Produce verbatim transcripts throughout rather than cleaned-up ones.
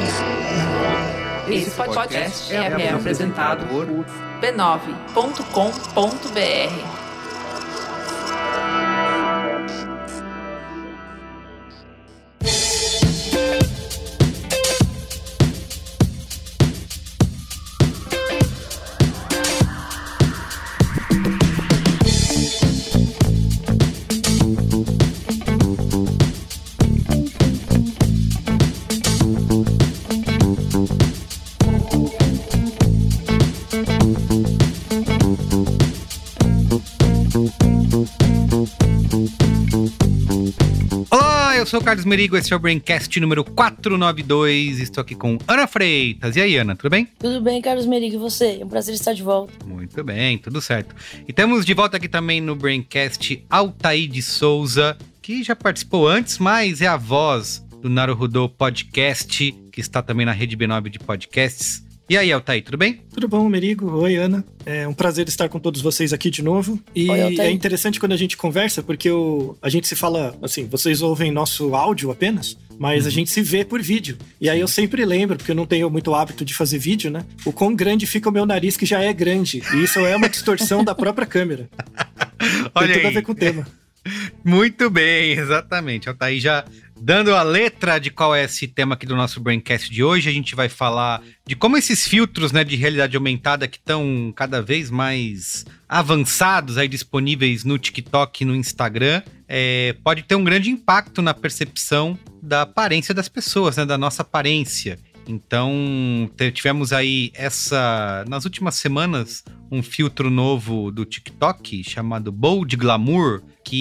Esse podcast é, é apresentado por b nove ponto com ponto b r. Eu sou o Carlos Merigo, esse é o Braincast número quatrocentos e noventa e dois. Estou aqui com Ana Freitas. E aí, Ana, tudo bem? Tudo bem, Carlos Merigo, e você? É um prazer estar de volta. Muito bem, tudo certo. E estamos de volta aqui também no Braincast Altair de Souza, que já participou antes, mas é a voz do Naruhodô Podcast, que está também na Rede B nove de podcasts. E aí, Altair, tudo bem? Tudo bom, Merigo? Oi, Ana. É um prazer estar com todos vocês aqui de novo. E Oi, é interessante quando a gente conversa, porque o, a gente se fala, assim, vocês ouvem nosso áudio apenas, mas uhum. a gente se vê por vídeo. E aí eu sempre lembro, porque eu não tenho muito hábito de fazer vídeo, né? O quão grande fica o meu nariz, que já é grande. E isso é uma distorção da própria câmera. Olha Tem tudo aí. a ver com o tema. Muito bem, exatamente. Altair já dando a letra de qual é esse tema aqui do nosso Braincast de hoje. A gente vai falar de como esses filtros, né, de realidade aumentada que estão cada vez mais avançados, aí disponíveis no TikTok e no Instagram, é, pode ter um grande impacto na percepção da aparência das pessoas, né, da nossa aparência. Então, tivemos aí essa, nas últimas semanas, um filtro novo do TikTok chamado Bold Glamour,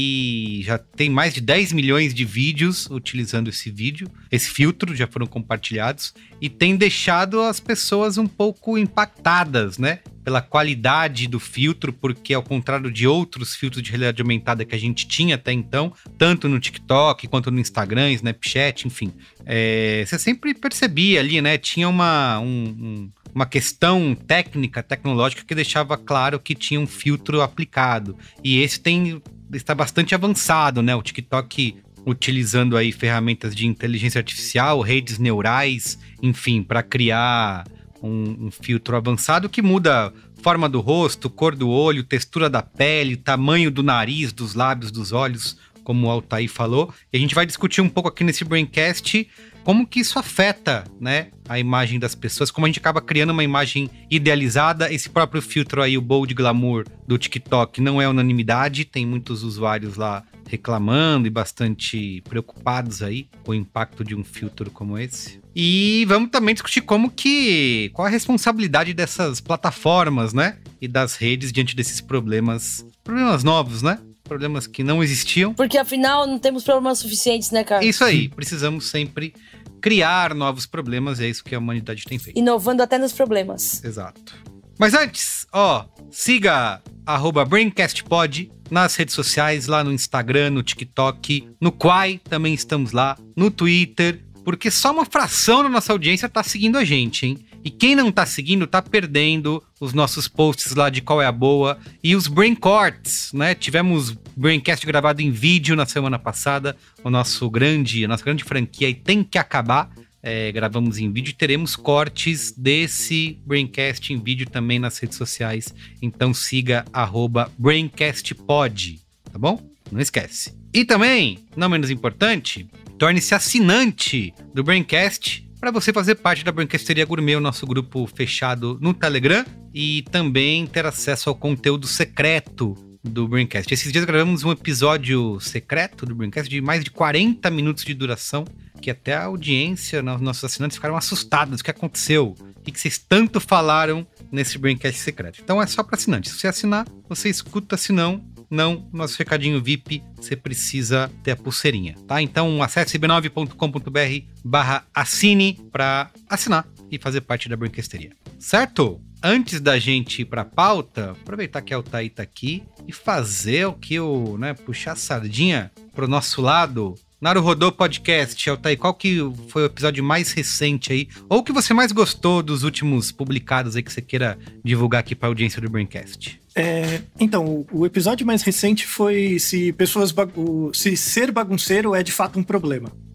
que já tem mais de dez milhões de vídeos utilizando esse vídeo, esse filtro, já foram compartilhados, e tem deixado as pessoas um pouco impactadas, né? Pela qualidade do filtro, porque ao contrário de outros filtros de realidade aumentada que a gente tinha até então, tanto no TikTok quanto no Instagram, Snapchat, enfim, é, você sempre percebia ali, né? Tinha uma, um, um, uma questão técnica, tecnológica que deixava claro que tinha um filtro aplicado. E esse tem, está bastante avançado, né? O TikTok utilizando aí ferramentas de inteligência artificial, redes neurais, enfim, para criar Um, um filtro avançado que muda a forma do rosto, cor do olho, textura da pele, tamanho do nariz, dos lábios, dos olhos, como o Altair falou. E a gente vai discutir um pouco aqui nesse Braincast como que isso afeta, né, a imagem das pessoas, como a gente acaba criando uma imagem idealizada. Esse próprio filtro aí, o Bold Glamour do TikTok, não é unanimidade, tem muitos usuários lá reclamando e bastante preocupados aí com o impacto de um filtro como esse. E vamos também discutir como que, qual a responsabilidade dessas plataformas, né, e das redes diante desses problemas, problemas novos, né? Problemas que não existiam. Porque afinal não temos problemas suficientes, né, Carlos? Isso aí, precisamos sempre criar novos problemas, é isso que a humanidade tem feito. Inovando até nos problemas. Exato. Mas antes, ó, siga arroba BraincastPod nas redes sociais, lá no Instagram, no TikTok, no Quai, também estamos lá, no Twitter, porque só uma fração da nossa audiência tá seguindo a gente, hein? E quem não tá seguindo tá perdendo os nossos posts lá de qual é a boa e os Braincorts, né? Tivemos Braincast gravado em vídeo na semana passada, o nosso grande, a nossa grande franquia aí tem que acabar. É, gravamos em vídeo e teremos cortes desse Braincast em vídeo também nas redes sociais. Então siga arroba BraincastPod, tá bom? Não esquece. E também, não menos importante, torne-se assinante do Braincast para você fazer parte da Brancasteria Gourmet, o nosso grupo fechado no Telegram, e também ter acesso ao conteúdo secreto do Braincast. Esses dias gravamos um episódio secreto do Braincast de mais de quarenta minutos de duração, que até a audiência, nossos assinantes ficaram assustados. O que aconteceu? O que vocês tanto falaram nesse Braincast secreto? Então é só para assinantes. Se você assinar, você escuta, se não, não, nosso recadinho V I P, você precisa ter a pulseirinha, tá? Então acesse b nove ponto com ponto b r barra assine para assinar e fazer parte da Brancasteria, certo? Antes da gente ir pra pauta, aproveitar que a Altair tá aqui e fazer o que o, né, puxar a sardinha pro nosso lado. Naruhodô Podcast, Altair, qual que foi o episódio mais recente aí, ou o que você mais gostou dos últimos publicados aí que você queira divulgar aqui pra audiência do Braincast? É, então, o, o episódio mais recente foi se pessoas bagu- se ser bagunceiro é de fato um problema.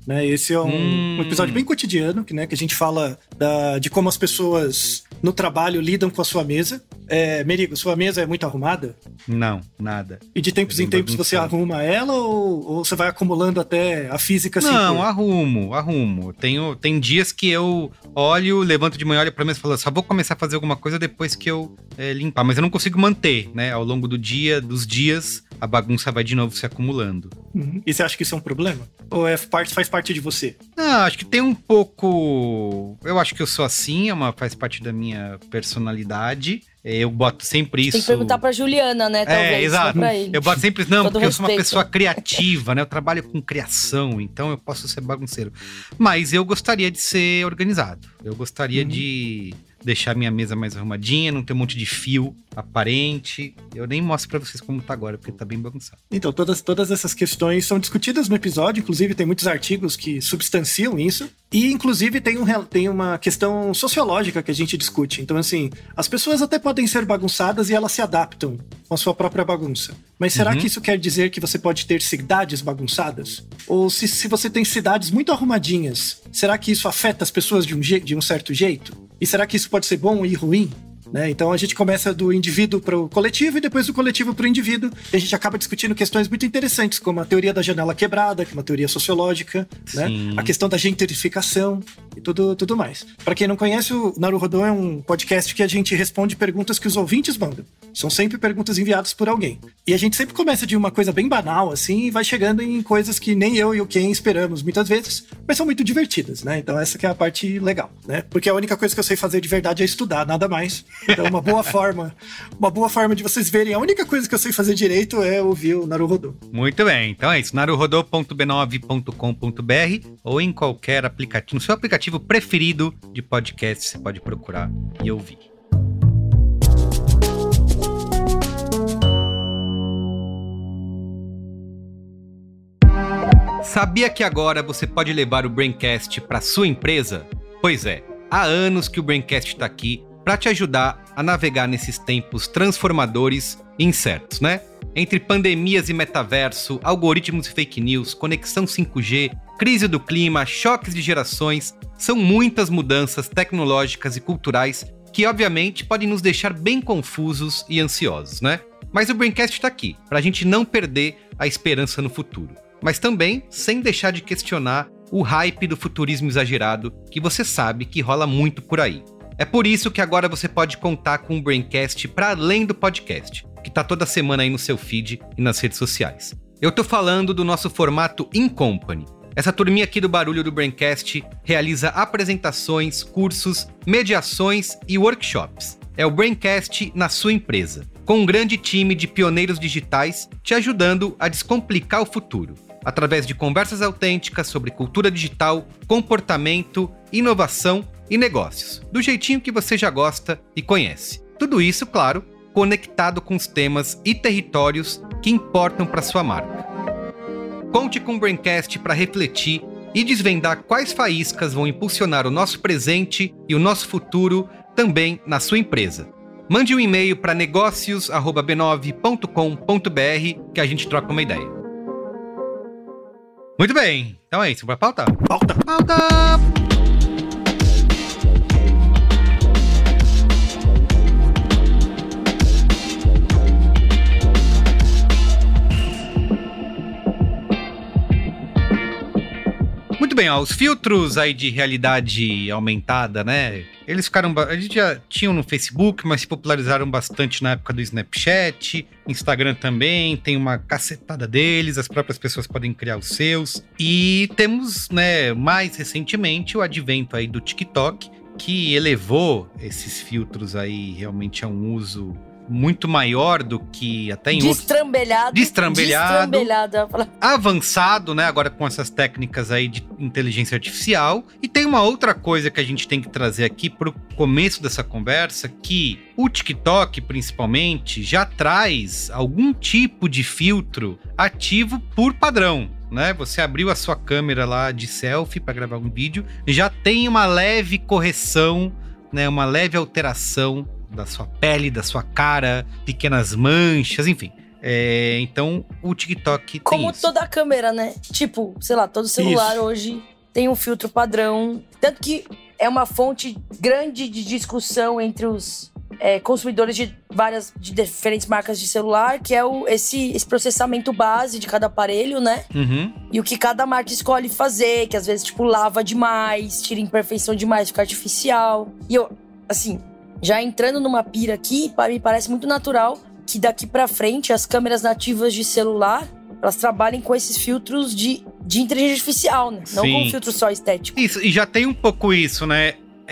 né? Esse é um, hum. um episódio bem cotidiano, que, né, que a gente fala da, de como as pessoas no trabalho lidam com a sua mesa. É, Merigo, sua mesa é muito arrumada? Não, nada. E de tempos em tempos você arruma ela ou, ou você vai acumulando até a física? Não, arrumo, arrumo. Tenho, tem dias que eu olho, levanto de manhã, olho pra mesa e falo, só vou começar a fazer alguma coisa depois que eu é, limpar. Mas eu não consigo manter, né? Ao longo do dia, dos dias, a bagunça vai de novo se acumulando. Uhum. E você acha que isso é um problema? Ou é parte, faz parte de você? Não, acho que tem um pouco... Eu acho que eu sou assim, é uma, faz parte da minha personalidade. Eu boto sempre isso... Tem que perguntar pra Juliana, né? Talvez, é, exato. Pra ele. Eu boto sempre isso. Não, Todo porque respeito. eu sou uma pessoa criativa, né? Eu trabalho com criação, então eu posso ser bagunceiro. Mas eu gostaria de ser organizado. Eu gostaria uhum. de deixar minha mesa mais arrumadinha, não ter um monte de fio aparente. Eu nem mostro pra vocês como tá agora, porque tá bem bagunçado. Então, todas, todas essas questões são discutidas no episódio. Inclusive, tem muitos artigos que substanciam isso. E, inclusive, tem, um, tem uma questão sociológica que a gente discute. Então, assim, as pessoas até podem ser bagunçadas e elas se adaptam com a sua própria bagunça. Mas será uhum. que isso quer dizer que você pode ter cidades bagunçadas? Ou se, se você tem cidades muito arrumadinhas, será que isso afeta as pessoas de um, je- de um certo jeito? E será que isso pode ser bom e ruim? Né? Então a gente começa do indivíduo para o coletivo e depois do coletivo para o indivíduo. E a gente acaba discutindo questões muito interessantes, como a teoria da janela quebrada, que é uma teoria sociológica, né? A questão da gentrificação e tudo, tudo mais. Para quem não conhece, o Naruhodô é um podcast que a gente responde perguntas que os ouvintes mandam. São sempre perguntas enviadas por alguém. E a gente sempre começa de uma coisa bem banal, assim, e vai chegando em coisas que nem eu e o Ken esperamos muitas vezes, mas são muito divertidas, né? Então essa que é a parte legal, né? Porque a única coisa que eu sei fazer de verdade é estudar, nada mais. Então uma boa forma, uma boa forma de vocês verem, a única coisa que eu sei fazer direito é ouvir o Naruhodô. Muito bem, então é isso, naruhodô ponto b nove ponto com ponto b r ou em qualquer aplicativo, no seu aplicativo preferido de podcast, você pode procurar e ouvir. Sabia que agora você pode levar o Braincast para sua empresa? Pois é, há anos que o Braincast está aqui para te ajudar a navegar nesses tempos transformadores e incertos, né? Entre pandemias e metaverso, algoritmos e fake news, conexão cinco G, crise do clima, choques de gerações, são muitas mudanças tecnológicas e culturais que, obviamente, podem nos deixar bem confusos e ansiosos, né? Mas o Braincast está aqui, para a gente não perder a esperança no futuro. Mas também sem deixar de questionar o hype do futurismo exagerado que você sabe que rola muito por aí. É por isso que agora você pode contar com o Braincast para além do podcast, que tá toda semana aí no seu feed e nas redes sociais. Eu tô falando do nosso formato In Company. Essa turminha aqui do Barulho do Braincast realiza apresentações, cursos, mediações e workshops. É o Braincast na sua empresa, com um grande time de pioneiros digitais te ajudando a descomplicar o futuro, através de conversas autênticas sobre cultura digital, comportamento, inovação e negócios, do jeitinho que você já gosta e conhece. Tudo isso, claro, conectado com os temas e territórios que importam para sua marca. Conte com o Braincast para refletir e desvendar quais faíscas vão impulsionar o nosso presente e o nosso futuro também na sua empresa. Mande um e-mail para negócios arroba b nove ponto com ponto b r que a gente troca uma ideia. Muito bem, então é isso, vai pautar. Pauta! Pauta! Muito bem, ó, os filtros aí de realidade aumentada, né? Eles ficaram... A gente já tinham no Facebook, mas se popularizaram bastante na época do Snapchat. Instagram também, tem uma cacetada deles, as próprias pessoas podem criar os seus. E temos, né, mais recentemente, o advento aí do TikTok, que elevou esses filtros aí realmente a um uso muito maior do que até em Destrambelhado. outros... Destrambelhado. Destrambelhado. Avançado, né? Agora com essas técnicas aí de inteligência artificial. E tem uma outra coisa que a gente tem que trazer aqui pro começo dessa conversa, que o TikTok, principalmente, já traz algum tipo de filtro ativo por padrão, né? Você abriu a sua câmera lá de selfie para gravar um vídeo, já tem uma leve correção, né? Uma leve alteração da sua pele, da sua cara, pequenas manchas, enfim. É, então, o TikTok Como tem isso. toda câmera, né? Tipo, sei lá, todo celular Isso. hoje tem um filtro padrão. Tanto que é uma fonte grande de discussão entre os é, consumidores de várias, de diferentes marcas de celular, que é o, esse, esse processamento base de cada aparelho, né? Uhum. E o que cada marca escolhe fazer, que às vezes, tipo, lava demais, tira imperfeição demais, fica artificial. E eu, assim, já entrando numa pira aqui, me parece muito natural que daqui pra frente as câmeras nativas de celular, elas trabalhem com esses filtros de, de inteligência artificial, né? Não Sim. com um filtro só estético. Isso, e já tem um pouco isso, né?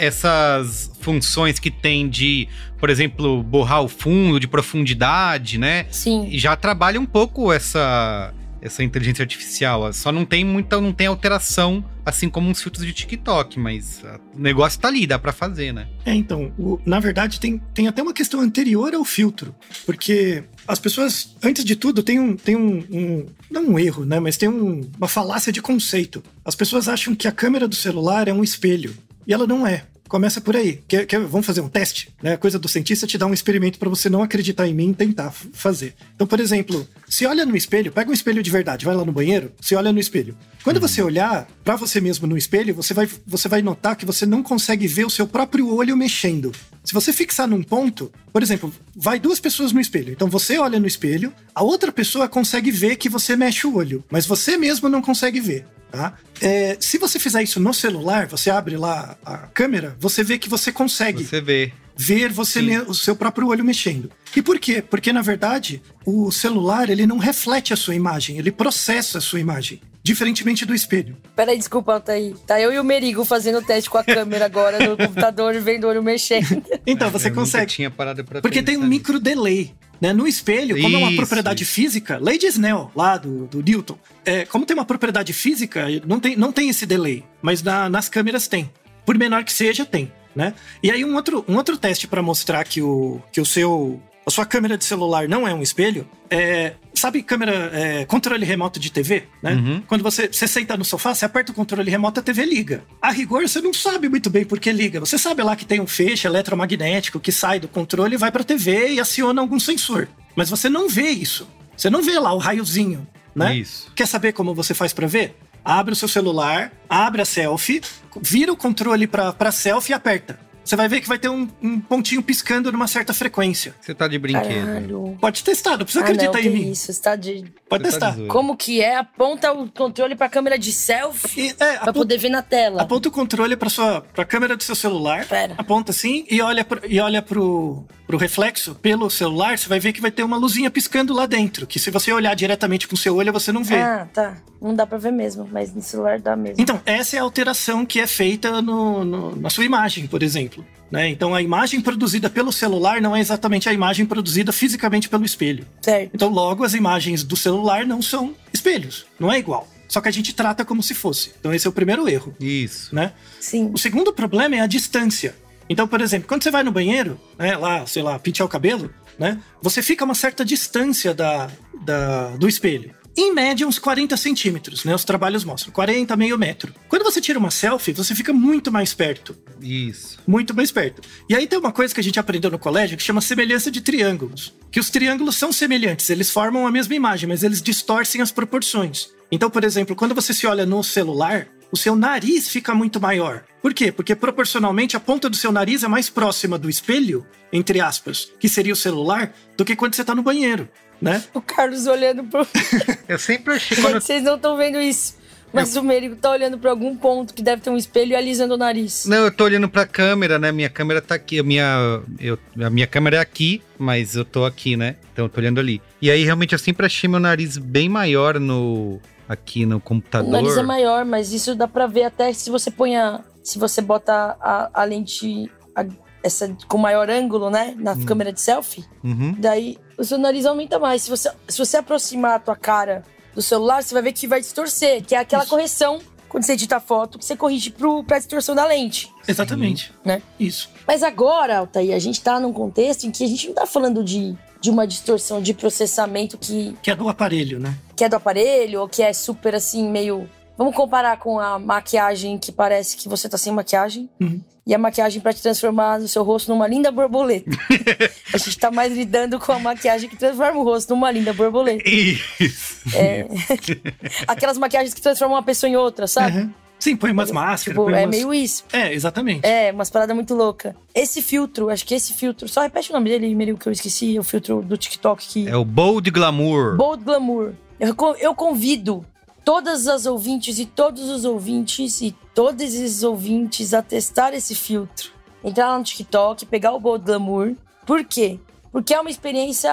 Essas funções que tem de, por exemplo, borrar o fundo, de profundidade, né? Sim. E já trabalha um pouco essa, essa inteligência artificial. Só não tem muita, não tem alteração, assim como uns filtros de TikTok, mas o negócio tá ali, dá pra fazer, né? É, então, o, na verdade tem, tem até uma questão anterior ao filtro, porque as pessoas, antes de tudo, tem um, tem um, um não um erro, né, mas tem um, uma falácia de conceito. As pessoas acham que a câmera do celular é um espelho, e ela não é. Começa por aí. Quer, quer, vamos fazer um teste? Né? A coisa do cientista te dá um experimento para você não acreditar em mim e tentar f- fazer. Então, por exemplo, se olha no espelho, pega um espelho de verdade, vai lá no banheiro, se olha no espelho. Quando você olhar para você mesmo no espelho, você vai, você vai notar que você não consegue ver o seu próprio olho mexendo. Se você fixar num ponto, por exemplo, vai duas pessoas no espelho. Então você olha no espelho, a outra pessoa consegue ver que você mexe o olho, mas você mesmo não consegue ver. Tá? É, se você fizer isso no celular, você abre lá a câmera, você vê que você consegue Você vê. ver você me- o seu próprio olho mexendo. E por quê? Porque, na verdade, o celular ele não reflete a sua imagem, ele processa a sua imagem, diferentemente do espelho. Peraí, desculpa, tá aí. Tá eu e o Merigo fazendo o teste com a câmera agora no computador, vendo o olho mexendo. Então, você Eu consegue. nunca tinha parado pra Porque tem um pensar nisso. micro delay. Né? No espelho, como é uma Isso, propriedade isso. física, lei de Snell, lá do, do Newton, é, como tem uma propriedade física, não tem, não tem esse delay, mas na- nas câmeras tem. Por menor que seja, tem. Né? E aí um outro, um outro teste para mostrar que, o, que o seu, a sua câmera de celular não é um espelho, é, sabe câmera, é, controle remoto de T V? Né? Uhum. Quando você, você senta no sofá, você aperta o controle remoto, a T V liga. A rigor, você não sabe muito bem por que liga. Você sabe lá que tem um feixe eletromagnético que sai do controle e vai para a T V e aciona algum sensor. Mas você não vê isso. Você não vê lá o raiozinho, né? Isso. Quer saber como você faz pra ver? Abre o seu celular, abre a selfie, vira o controle pra, pra selfie e aperta. Você vai ver que vai ter um, um pontinho piscando numa certa frequência. Você tá de brinquedo. Caralho. Pode testar, não precisa Ah, acreditar não, em que mim. isso, você tá de... Pode Você tá testar. de zoeira. Como que é? Aponta o controle pra câmera de selfie E, é, pra aponta, poder ver na tela. aponta o controle pra sua pra câmera do seu celular. Pera. Aponta assim e olha, pro, e olha pro, pro reflexo pelo celular. Você vai ver que vai ter uma luzinha piscando lá dentro. Que se você olhar diretamente com o seu olho, você não vê. Ah, tá. Não dá pra ver mesmo, mas no celular dá mesmo. Então, essa é a alteração que é feita no, no- na sua imagem, por exemplo. Né? Então, a imagem produzida pelo celular não é exatamente a imagem produzida fisicamente pelo espelho. Certo. Então, logo, as imagens do celular não são espelhos. Não é igual. Só que a gente trata como se fosse. Então, esse é o primeiro erro. Isso. Né? Sim. O segundo problema é a distância. Então, por exemplo, quando você vai no banheiro, né, lá, sei lá, pentear o cabelo, né, você fica a uma certa distância da, da- do espelho. Em média, uns quarenta centímetros, né? Os trabalhos mostram. quarenta, meio metro. Quando você tira uma selfie, você fica muito mais perto. Isso. Muito mais perto. E aí tem uma coisa que a gente aprendeu no colégio que chama semelhança de triângulos. Que os triângulos são semelhantes, eles formam a mesma imagem, mas eles distorcem as proporções. Então, por exemplo, quando você se olha no celular, o seu nariz fica muito maior. Por quê? Porque proporcionalmente a ponta do seu nariz é mais próxima do espelho, entre aspas, que seria o celular, do que quando você tá no banheiro, né? O Carlos olhando pro... Eu sempre achei quando... Gente, vocês não estão vendo isso. Mas o Merigo tá olhando pra algum ponto que deve ter um espelho e alisando o nariz. Não, eu tô olhando pra câmera, né? Minha câmera tá aqui. A minha, eu, a minha câmera é aqui, mas eu tô aqui, né? Então eu tô olhando ali. E aí, realmente, eu sempre achei meu nariz bem maior no... aqui no computador. O nariz é maior, mas isso dá pra ver até se você põe a... Se você bota a, a lente... a- essa com maior ângulo, né? Na Hum. câmera de selfie. Uhum. Daí o seu nariz aumenta mais. Se você, se você aproximar a tua cara do celular, você vai ver que vai distorcer, que é aquela Isso. correção, quando você edita a foto, que você corrige pro, pra distorção da lente, Exatamente. né? Isso. Mas agora, Altair, a gente tá num contexto em que a gente não tá falando de, de uma distorção de processamento que, Que é do aparelho, né? que é do aparelho, ou que é super, assim, meio Vamos comparar com a maquiagem que parece que você tá sem maquiagem. Uhum. E a maquiagem pra te transformar o seu rosto numa linda borboleta. A gente tá mais lidando com a maquiagem que transforma o rosto numa linda borboleta. Isso. É... Aquelas maquiagens que transformam uma pessoa em outra, sabe? Uhum. Sim, põe umas máscaras. Tipo, põe é umas... meio isso. É, exatamente. É, umas paradas muito loucas. Esse filtro, acho que esse filtro... Só repete o nome dele, meio que eu esqueci. É o filtro do TikTok que... É o Bold Glamour. Bold Glamour. Eu, eu convido todas as ouvintes e todos os ouvintes e todos esses ouvintes a testar esse filtro. Entrar lá no TikTok, pegar o Bold Glamour. Por quê? Porque é uma experiência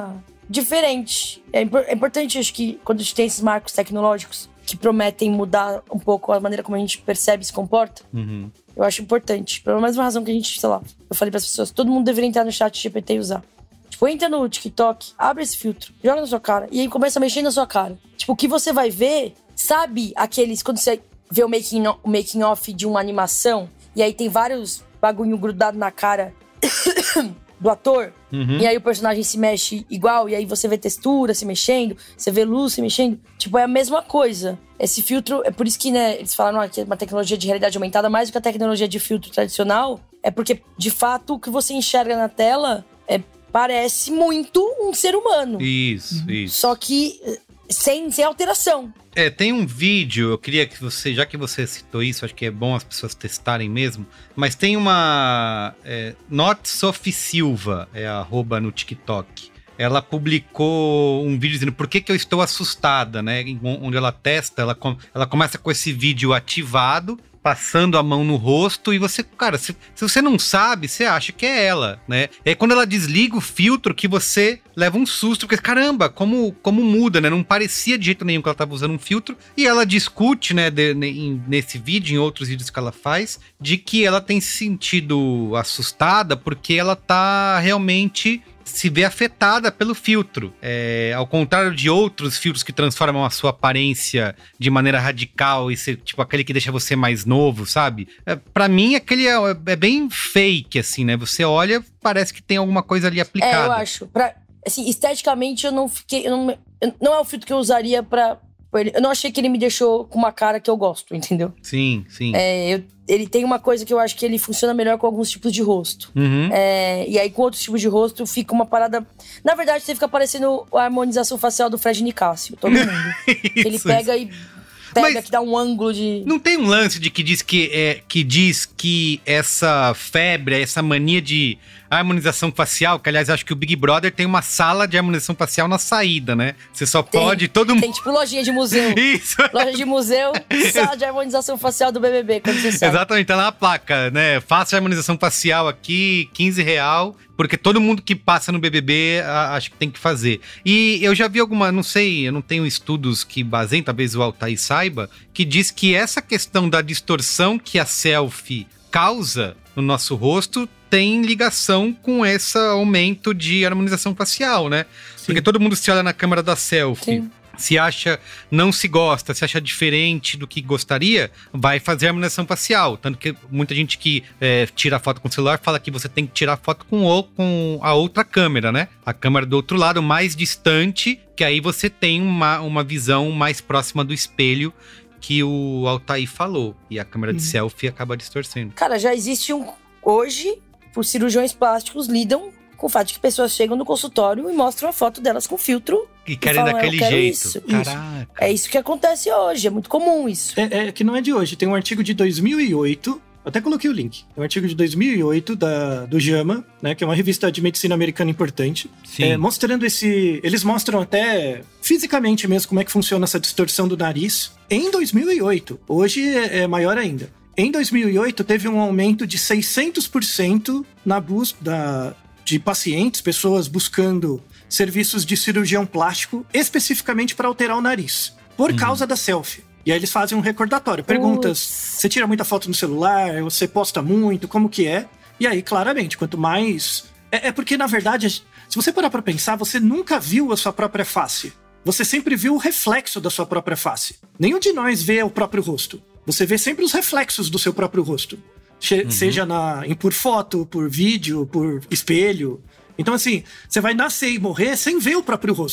diferente. É, impor- é importante, acho que, quando a gente tem esses marcos tecnológicos que prometem mudar um pouco a maneira como a gente percebe e se comporta, Uhum. eu acho importante. Pela mesma razão que a gente, sei lá, eu falei pras pessoas, todo mundo deveria entrar no chat G P T e usar. Tipo, entra no TikTok, abre esse filtro, joga na sua cara, e aí começa a mexer na sua cara. Tipo, o que você vai ver, sabe aqueles, quando você vê o making, o making off de uma animação, e aí tem vários bagulho grudado na cara do ator, Uhum. e aí o personagem se mexe igual, e aí você vê textura se mexendo, você vê luz se mexendo. Tipo, é a mesma coisa. Esse filtro, é por isso que, né, eles falaram aqui, uma tecnologia de realidade aumentada, mais do que a tecnologia de filtro tradicional, é porque, de fato, o que você enxerga na tela é, parece muito um ser humano. Isso, isso. Só que sem, sem alteração. É, tem um vídeo, eu queria que você, já que você citou isso, acho que é bom as pessoas testarem mesmo, mas tem uma é, Not Sophie Silva, é a arroba no TikTok. Ela publicou um vídeo dizendo por que, que eu estou assustada, né? Onde ela testa, ela, com, ela começa com esse vídeo ativado, passando a mão no rosto, e você, cara, se, se você não sabe, você acha que é ela, né? E aí quando ela desliga o filtro, que você leva um susto, porque caramba, como, como muda, né? Não parecia de jeito nenhum que ela estava usando um filtro, e ela discute, né, de, de, nesse vídeo, em outros vídeos que ela faz, de que ela tem se sentido assustada porque ela tá realmente... se vê afetada pelo filtro. É, ao contrário de outros filtros que transformam a sua aparência de maneira radical e ser tipo aquele que deixa você mais novo, sabe? É, pra mim, aquele é, é bem fake, assim, né? Você olha, parece que tem alguma coisa ali aplicada. É, eu acho. Pra, assim, esteticamente, eu não fiquei... Eu não, eu, não é o filtro que eu usaria pra... Eu não achei que ele me deixou com uma cara que eu gosto, entendeu? Sim, sim. É, eu, ele tem uma coisa que eu acho que ele funciona melhor com alguns tipos de rosto. Uhum. É, e aí, com outros tipos de rosto, fica uma parada... Na verdade, você fica parecendo a harmonização facial do Fred Nicásio, todo mundo. Ele pega e... Pega, Mas que dá um ângulo de... Não tem um lance de que diz que, é, que diz que essa febre, essa mania de harmonização facial, que aliás acho que o Big Brother tem uma sala de harmonização facial na saída, né? Você só tem, pode, todo mundo... Tem tipo lojinha de museu. Isso. Loja de museu, sala de harmonização facial do B B B, quando você sabe. Exatamente, tá lá a placa, né? Faça a harmonização facial aqui, quinze real, porque todo mundo que passa no B B B a, acho que tem que fazer. E eu já vi alguma, não sei, eu não tenho estudos que baseiem, talvez o Altair saiba, que diz que essa questão da distorção que a selfie causa no nosso rosto tem ligação com esse aumento de harmonização facial, né? Sim. Porque todo mundo se olha na câmera da selfie, Sim. se acha, não se gosta, se acha diferente do que gostaria, vai fazer harmonização facial. Tanto que muita gente que é, tira foto com o celular fala que você tem que tirar foto com, o, com a outra câmera, né? A câmera do outro lado, mais distante, que aí você tem uma, uma visão mais próxima do espelho que o Altair falou. E a câmera de Uhum. selfie acaba distorcendo. Cara, já existe um... Hoje, os cirurgiões plásticos lidam com o fato de que pessoas chegam no consultório e mostram a foto delas com filtro. E querem falam, daquele "Eu quero jeito. isso." Caraca. É isso que acontece hoje, é muito comum isso. É, é que não é de hoje. Tem um artigo de dois mil e oito, até coloquei o link. É um artigo de dois mil e oito da, do JAMA, né, que é uma revista de medicina americana importante. Sim. É, mostrando esse... Eles mostram até fisicamente mesmo como é que funciona essa distorção do nariz. Em dois mil e oito, hoje é, é maior ainda. Em dois mil e oito, teve um aumento de seiscentos por cento na busca da, de pacientes, pessoas buscando serviços de cirurgião plástico, especificamente para alterar o nariz, por Uhum. causa da selfie. E aí eles fazem um recordatório. Perguntas, Putz. você tira muita foto no celular, você posta muito, como que é? E aí, claramente, quanto mais... É, é porque, na verdade, se você parar pra pensar, você nunca viu a sua própria face. Você sempre viu o reflexo da sua própria face. Nenhum de nós vê o próprio rosto. Você vê sempre os reflexos do seu próprio rosto. Che- Uhum. Seja na, em, por foto, por vídeo, por espelho. Então, assim, você vai nascer e morrer sem ver o próprio rosto.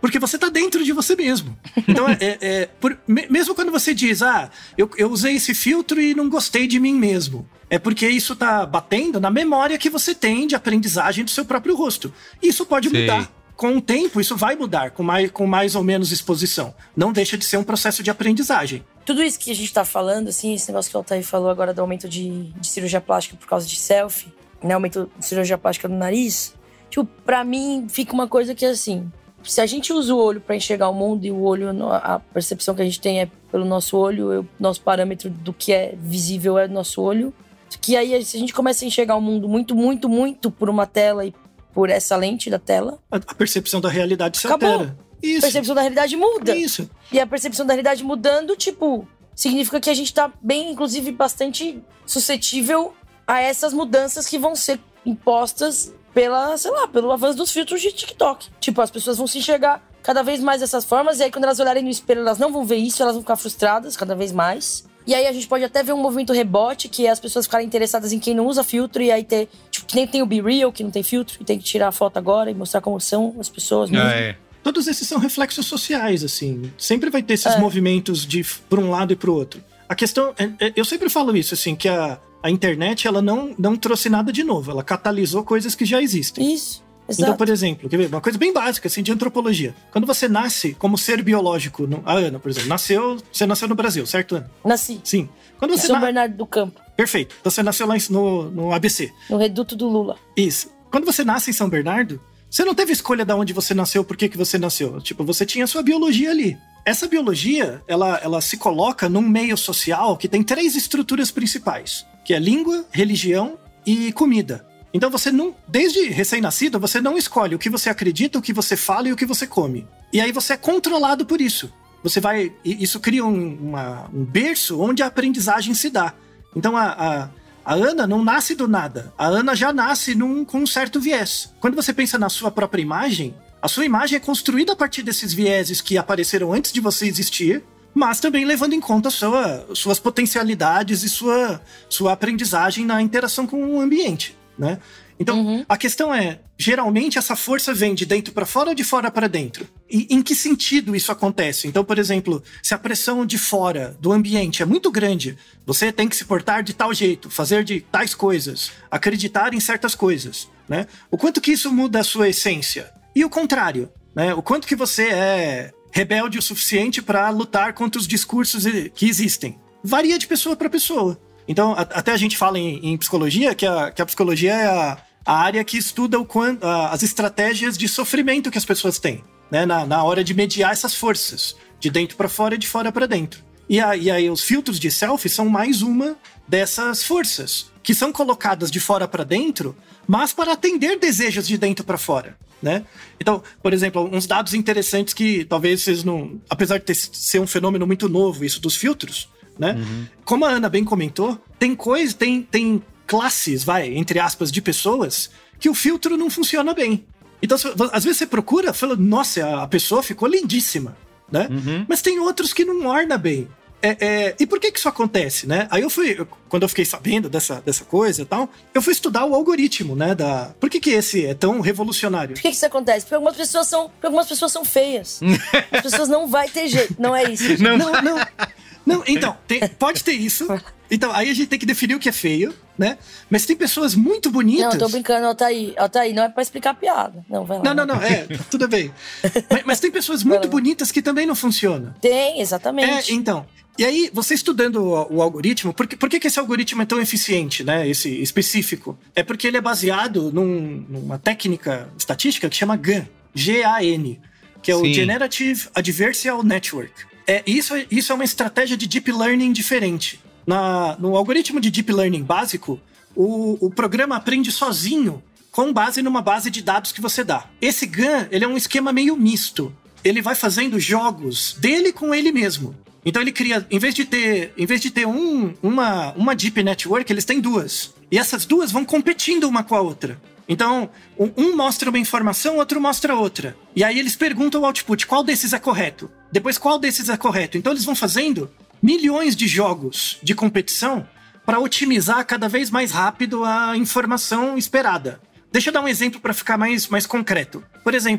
Porque você tá dentro de você mesmo. Então, é, é, é por, mesmo quando você diz, ah, eu, eu usei esse filtro e não gostei de mim mesmo, é porque isso tá batendo na memória que você tem de aprendizagem do seu próprio rosto. Isso pode Sim. mudar. Com o tempo, isso vai mudar, com mais, com mais ou menos exposição. Não deixa de ser um processo de aprendizagem. Tudo isso que a gente tá falando, assim, esse negócio que o Altair falou agora do aumento de, de cirurgia plástica por causa de selfie, né, aumento de cirurgia plástica no nariz, tipo, pra mim fica uma coisa que, assim, se a gente usa o olho pra enxergar o mundo e o olho, a percepção que a gente tem é pelo nosso olho, o nosso parâmetro do que é visível é o nosso olho, que aí se a gente começa a enxergar o mundo muito, muito, muito por uma tela e por essa lente da tela, a percepção da realidade se acabou. altera. Isso. A percepção da realidade muda. Isso. E a percepção da realidade mudando, tipo, significa que a gente tá bem, inclusive, bastante suscetível a essas mudanças que vão ser impostas pela, sei lá, pelo avanço dos filtros de TikTok. Tipo, as pessoas vão se enxergar cada vez mais dessas formas, e aí quando elas olharem no espelho, elas não vão ver isso, elas vão ficar frustradas cada vez mais. E aí a gente pode até ver um movimento rebote, que é as pessoas ficarem interessadas em quem não usa filtro, e aí ter, tipo, que nem tem o Be Real, que não tem filtro, e tem que tirar a foto agora e mostrar como são as pessoas mesmo. Ah, é. Todos esses são reflexos sociais, assim. Sempre vai ter esses é. movimentos de por um lado e pro outro. A questão, é, é, eu sempre falo isso, assim, que a, a internet, ela não, não trouxe nada de novo, ela catalisou coisas que já existem. Isso. Exato. Então, por exemplo, quer ver? Uma coisa bem básica, assim, de antropologia. Quando você nasce como ser biológico, a Ana, por exemplo, nasceu, você nasceu no Brasil, certo, Ana? Nasci. Sim. Quando você São na... Bernardo do Campo. Perfeito. Você nasceu lá no, no A B C. No Reduto do Lula. Isso. Quando você nasce em São Bernardo, você não teve escolha de onde você nasceu, por que que você nasceu. Tipo, você tinha a sua biologia ali. Essa biologia, ela, ela se coloca num meio social que tem três estruturas principais, que é língua, religião e comida. Então você não, desde recém-nascido, você não escolhe o que você acredita, o que você fala e o que você come. E aí você é controlado por isso. Você vai, isso cria um, uma, um berço onde a aprendizagem se dá. Então a, a, a Ana não nasce do nada. A Ana já nasce num, com um certo viés. Quando você pensa na sua própria imagem, a sua imagem é construída a partir desses vieses que apareceram antes de você existir, mas também levando em conta a sua, suas potencialidades e sua, sua aprendizagem na interação com o ambiente. Né? Então, uhum. a questão é, geralmente essa força vem de dentro para fora ou de fora para dentro? E em que sentido isso acontece? Então, por exemplo, se a pressão de fora do ambiente é muito grande, você tem que se portar de tal jeito, fazer de tais coisas, acreditar em certas coisas, né? O quanto que isso muda a sua essência? E o contrário, né? O quanto que você é rebelde o suficiente para lutar contra os discursos que existem? Varia de pessoa para pessoa. Então, a, até a gente fala em, em psicologia, que a, que a psicologia é a, a área que estuda o, a, as estratégias de sofrimento que as pessoas têm, né? Na, na hora de mediar essas forças, de dentro para fora e de fora para dentro. E, a, e aí os filtros de selfie são mais uma dessas forças, que são colocadas de fora para dentro, mas para atender desejos de dentro para fora, né? Então, por exemplo, uns dados interessantes que talvez vocês não... Apesar de ter, ser um fenômeno muito novo, isso dos filtros, né? Uhum. Como a Ana bem comentou, tem coisa, tem, tem classes, vai, entre aspas, de pessoas que o filtro não funciona bem. Então, às vezes você procura, fala, nossa, a pessoa ficou lindíssima, né? Uhum. Mas tem outros que não orna bem. É, é, e por que que isso acontece, né? Aí eu fui, eu, quando eu fiquei sabendo dessa, dessa coisa e tal, eu fui estudar o algoritmo, né? Da, por que que esse é tão revolucionário? Por que que isso acontece? Porque algumas pessoas são, porque algumas pessoas são feias. As pessoas não vai ter jeito, não é isso. Gente. Não, não. não. Não, então, tem, pode ter isso. Então, aí a gente tem que definir o que é feio, né? Mas tem pessoas muito bonitas... Não, eu tô brincando, Altair. Altair, não é pra explicar piada. Não, vai lá. Não, não, não, é, tudo bem. mas, mas tem pessoas muito bonitas que também não funcionam. Tem, exatamente. É, então... E aí, você estudando o, o algoritmo, por, que, por que que esse algoritmo é tão eficiente, né? Esse específico? É porque ele é baseado num, numa técnica estatística que chama G A N, G A N, que é o Sim. Generative Adversarial Network. É, isso, isso é uma estratégia de Deep Learning diferente. Na, no algoritmo de Deep Learning básico, o, o programa aprende sozinho, com base numa base de dados que você dá. Esse G A N, ele é um esquema meio misto. Ele vai fazendo jogos dele com ele mesmo. Então ele cria, em vez de ter, em vez de ter um, uma, uma Deep Network, eles têm duas. E essas duas vão competindo uma com a outra. Então, um mostra uma informação, o outro mostra outra. E aí eles perguntam o output, qual desses é correto? Depois, qual desses é correto? Então eles vão fazendo milhões de jogos de competição para otimizar cada vez mais rápido a informação esperada. Deixa eu dar um exemplo para ficar mais, mais concreto. Por exemplo,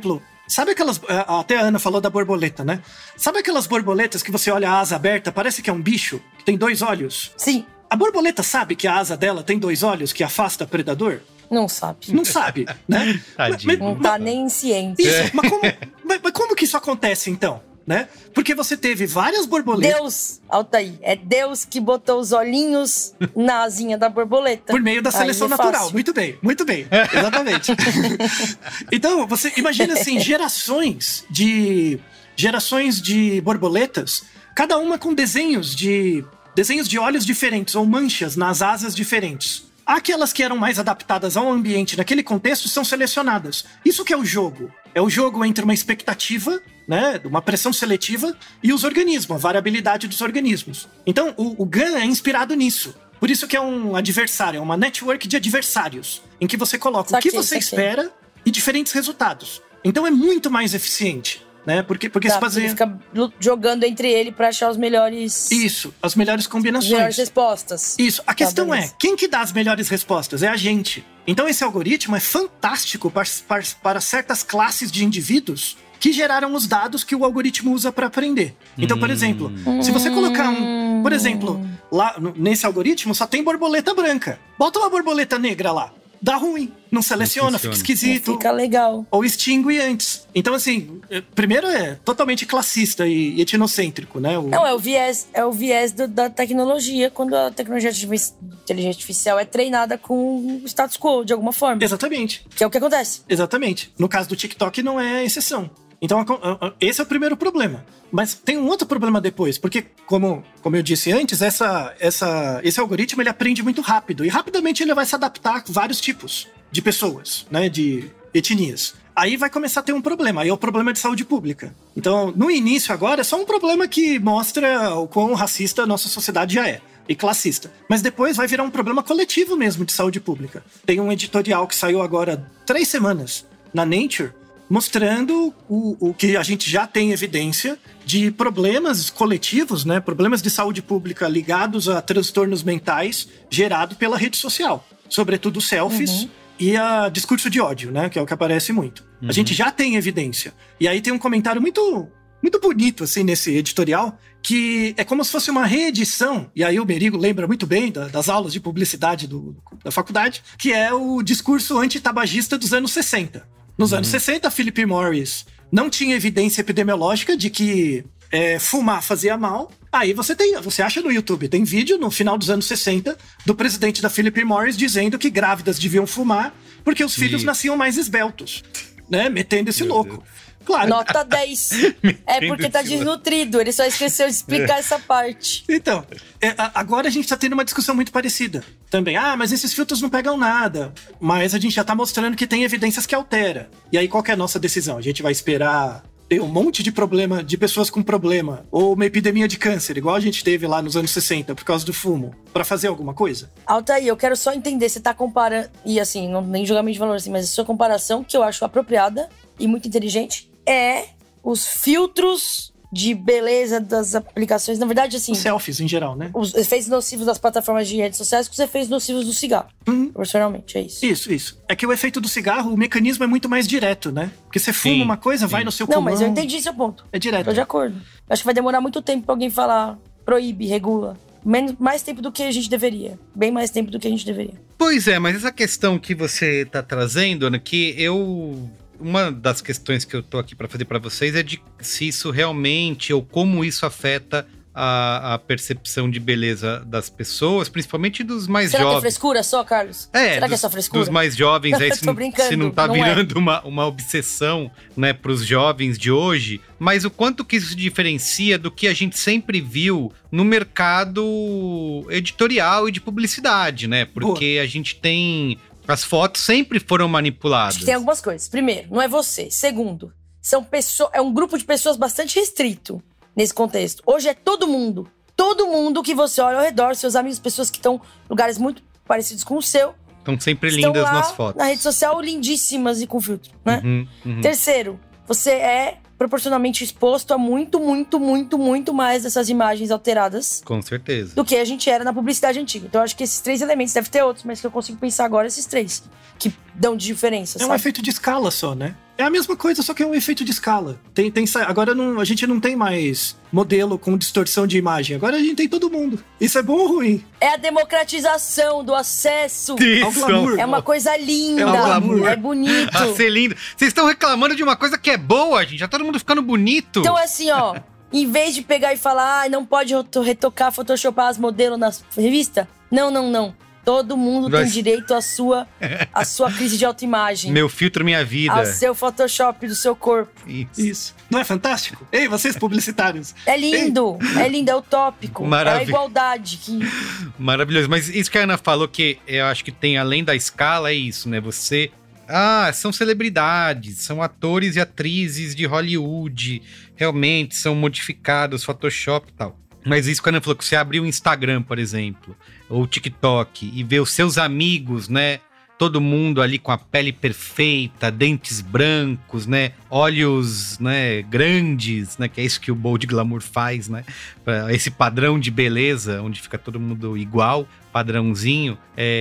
Sabe aquelas... Até a Ana falou da borboleta, né? Sabe aquelas borboletas que você olha a asa aberta, parece que é um bicho, que tem dois olhos? Sim. A borboleta sabe que a asa dela tem dois olhos que afasta o predador? Não sabe. Não sabe, né? Tadinho. Não tá nem ciente. Isso, é. mas, como, mas, mas como que isso acontece, então? Né? Porque você teve várias borboletas... Deus, Altair, é Deus que botou os olhinhos na asinha da borboleta. Por meio da seleção é natural. fácil. Muito bem, muito bem. Exatamente. Então, você imagina assim, gerações de... Gerações de borboletas, cada uma com desenhos de... Desenhos de olhos diferentes ou manchas nas asas diferentes. Aquelas que eram mais adaptadas ao ambiente naquele contexto são selecionadas. Isso que é o jogo. É o jogo entre uma expectativa, né, uma pressão seletiva, e os organismos, a variabilidade dos organismos. Então, o, o GAN é inspirado nisso. Por isso que é um adversário, é uma network de adversários, em que você coloca saquei, o que você saquei. espera e diferentes resultados. Então é muito mais eficiente. Né? Porque, porque tá, se baseia... Ele fica jogando entre ele pra achar os melhores... Isso, as melhores combinações. As melhores respostas. Isso, a questão tá, é, quem que dá as melhores respostas? É a gente. Então esse algoritmo é fantástico para, para, para certas classes de indivíduos que geraram os dados que o algoritmo usa para aprender. Então, por exemplo, hum. se você colocar um... Por exemplo, lá nesse algoritmo só tem borboleta branca. Bota uma borboleta negra lá. Dá ruim, não seleciona, não fica esquisito. Não fica legal. Ou extingue antes. Então, assim, primeiro é totalmente classista e etnocêntrico, né? O... Não, é o viés, é o viés do, da tecnologia, quando a tecnologia de inteligência artificial é treinada com o status quo, de alguma forma. Exatamente. Que é o que acontece. Exatamente. No caso do TikTok não é exceção. Então, esse é o primeiro problema. Mas tem um outro problema depois, porque, como, como eu disse antes, essa, essa, esse algoritmo ele aprende muito rápido. E rapidamente ele vai se adaptar a vários tipos de pessoas, né, de etnias. Aí vai começar a ter um problema, aí é o problema de saúde pública. Então, no início agora, é só um problema que mostra o quão racista a nossa sociedade já é. E classista. Mas depois vai virar um problema coletivo mesmo de saúde pública. Tem um editorial que saiu agora há três semanas na Nature, mostrando o, o que a gente já tem evidência de problemas coletivos, né, problemas de saúde pública ligados a transtornos mentais gerados pela rede social. Sobretudo selfies uhum. e a discurso de ódio, né, que é o que aparece muito. Uhum. A gente já tem evidência. E aí tem um comentário muito, muito bonito assim, nesse editorial, que é como se fosse uma reedição, e aí o Merigo lembra muito bem da, das aulas de publicidade do, da faculdade, que é o discurso antitabagista dos anos sessenta. Nos anos uhum. sessenta, Philip Morris não tinha evidência epidemiológica de que é, fumar fazia mal. Aí você tem, você acha no YouTube, tem vídeo no final dos anos sessenta do presidente da Philip Morris dizendo que grávidas deviam fumar porque os filhos Sim. nasciam mais esbeltos, né? Metendo esse Meu louco. Deus. Claro. Nota dez. É porque tá desnutrido, ele só esqueceu de explicar essa parte. Então, é, agora a gente tá tendo uma discussão muito parecida. Também, ah, mas esses filtros não pegam nada. Mas a gente já tá mostrando que tem evidências que altera. E aí qual que é a nossa decisão? A gente vai esperar ter um monte de problema, de pessoas com problema, ou uma epidemia de câncer, igual a gente teve lá nos anos sessenta, por causa do fumo, pra fazer alguma coisa? Altair, eu quero só entender, você tá comparando, e assim, não nem julgamento de valor assim, mas a sua comparação, que eu acho apropriada e muito inteligente, é os filtros de beleza das aplicações. Na verdade, assim... Os selfies, em geral, né? Os efeitos nocivos das plataformas de redes sociais com os efeitos nocivos do cigarro. Uhum. Proporcionalmente, é isso. Isso, isso. É que o efeito do cigarro, o mecanismo é muito mais direto, né? Porque você fuma sim, uma coisa, sim. vai no seu pulmão... Não, mas eu entendi seu ponto. É direto. Tô de acordo. Acho que vai demorar muito tempo pra alguém falar proíbe, regula. Menos, mais tempo do que a gente deveria. Bem mais tempo do que a gente deveria. Pois é, mas essa questão que você tá trazendo, Ana, que eu... Uma das questões que eu tô aqui para fazer para vocês é de se isso realmente ou como isso afeta a, a percepção de beleza das pessoas, principalmente dos mais Será jovens. Será que é frescura só, Carlos? É, Será dos, que é só frescura? Dos mais jovens, aí se, se não tá não virando é. uma, uma obsessão, né, pros jovens de hoje, mas o quanto que isso diferencia do que a gente sempre viu no mercado editorial e de publicidade, né? Porque Boa. a gente tem... As fotos sempre foram manipuladas. Acho que tem algumas coisas. Primeiro, não é você. Segundo, são pessoas, é um grupo de pessoas bastante restrito nesse contexto. Hoje é todo mundo. Todo mundo que você olha ao redor, seus amigos, pessoas que estão em lugares muito parecidos com o seu. Estão sempre lindas estão lá nas fotos. Na rede social, lindíssimas e com filtro, né? Uhum, uhum. Terceiro, você é proporcionalmente exposto a muito, muito, muito, muito mais dessas imagens alteradas. Com certeza. Do que a gente era na publicidade antiga. Então, eu acho que esses três elementos, deve ter outros, mas que eu consigo pensar agora, esses três, que dão de diferença, É um sabe? efeito de escala só, né? É a mesma coisa, só que é um efeito de escala. Tem, tem, agora não, a gente não tem mais modelo com distorção de imagem. Agora a gente tem todo mundo. Isso é bom ou ruim? É a democratização do acesso Isso. ao glamour. É uma coisa linda. É, um glamour. É bonito. Vai ser lindo. Vocês estão reclamando de uma coisa que é boa, gente. Já tá todo mundo ficando bonito. Então, assim, ó, em vez de pegar e falar, ah, não pode retocar, photoshopar as modelos na revista. Não, não, não. Todo mundo Mas... tem direito à sua, à sua crise de autoimagem. Meu filtro, minha vida. Ao seu Photoshop do seu corpo. Isso. Isso. Não é fantástico? Ei, vocês publicitários. É lindo. Ei. É lindo, é utópico. Maravilha. É a igualdade. Que... Maravilhoso. Mas isso que a Ana falou, que eu acho que tem além da escala, é isso, né? Você... Ah, são celebridades, são atores e atrizes de Hollywood. Realmente, são modificados, Photoshop e tal. Mas isso quando eu falou que você abriu o Instagram, por exemplo, ou o TikTok, e vê os seus amigos, né? Todo mundo ali com a pele perfeita, dentes brancos, né? Olhos, né, grandes, né? Que é isso que o Bold Glamour faz, né? Pra esse padrão de beleza, onde fica todo mundo igual, padrãozinho,